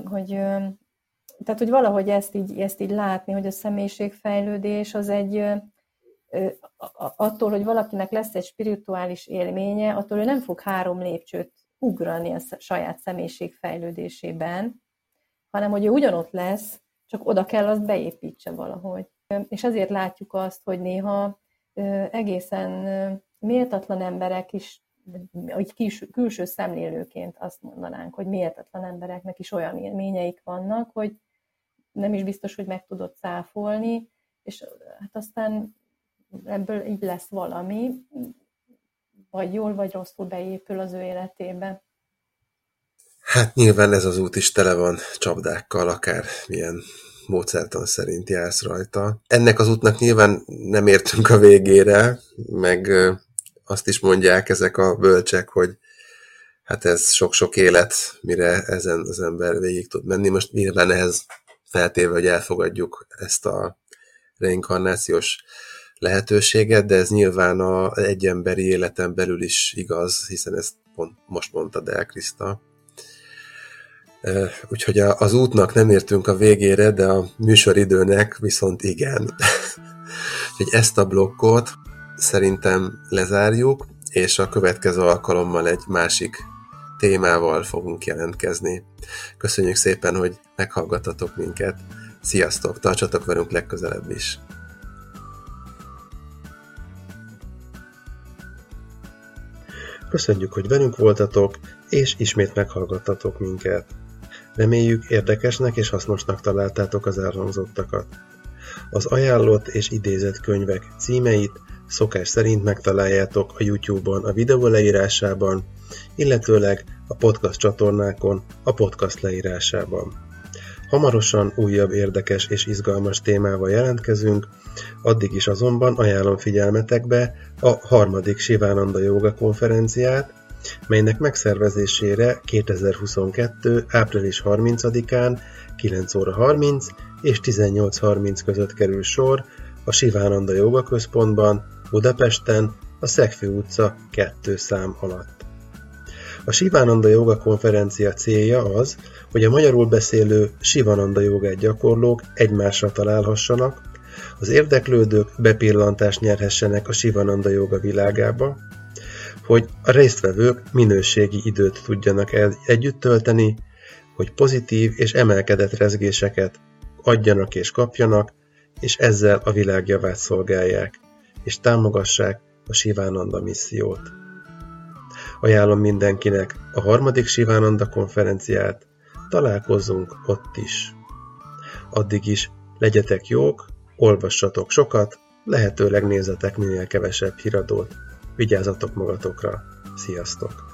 hogy valahogy ezt így látni, hogy a személyiségfejlődés az egy, attól, hogy valakinek lesz egy spirituális élménye, attól ő nem fog 3 lépcsőt ugrani a saját személyiségfejlődésében, hanem hogy ő ugyanott lesz, csak oda kell azt beépítse valahogy. És ezért látjuk azt, hogy néha egészen méltatlan emberek is, hogy külső szemlélőként azt mondanánk, hogy méltatlan embereknek is olyan élményeik vannak, hogy nem is biztos, hogy meg tudod cáfolni, és hát aztán ebből így lesz valami, vagy jól, vagy rosszul beépül az ő életébe. Hát nyilván ez az út is tele van csapdákkal, akár milyen módszertan szerint jársz rajta. Ennek az útnak nyilván nem értünk a végére, meg azt is mondják ezek a bölcsek, hogy hát ez sok-sok élet, mire ezen az ember végig tud menni. Most nyilván ehhez feltéve, hogy elfogadjuk ezt a reinkarnációs lehetőséget, de ez nyilván egy emberi életen belül is igaz, hiszen ezt most mondtad el, Kriszta. Úgyhogy az útnak nem értünk a végére, de a műsoridőnek viszont igen. Úgyhogy ezt a blokkot szerintem lezárjuk, és a következő alkalommal egy másik témával fogunk jelentkezni. Köszönjük szépen, hogy meghallgattatok minket. Sziasztok, tartsatok velünk legközelebb is. Köszönjük, hogy velünk voltatok, és ismét meghallgattatok minket. Reméljük érdekesnek és hasznosnak találtátok az elhangzottakat. Az ajánlott és idézett könyvek címeit szokás szerint megtaláljátok a YouTube-on a videó leírásában, illetőleg a podcast csatornákon a podcast leírásában. Hamarosan újabb érdekes és izgalmas témával jelentkezünk, addig is azonban ajánlom figyelmetekbe a 3. Sivananda Jóga konferenciát, melynek megszervezésére 2022. április 30-án 9 óra 30 és 18:30 között kerül sor a Sivananda Jóga Központban, Budapesten, a Szegfű utca 2 szám alatt. A Sivananda Jóga konferencia célja az, hogy a magyarul beszélő Sivananda jogát gyakorlók egymásra találhassanak, az érdeklődők bepillantást nyerhessenek a Sivananda jóga világába, hogy a résztvevők minőségi időt tudjanak együtt tölteni, hogy pozitív és emelkedett rezgéseket adjanak és kapjanak, és ezzel a világ javát szolgálják, és támogassák a Sivananda missziót. Ajánlom mindenkinek a 3. Sivananda konferenciát, találkozzunk ott is. Addig is legyetek jók, olvassatok sokat, lehetőleg nézzetek minél kevesebb híradót, vigyázzatok magatokra, sziasztok!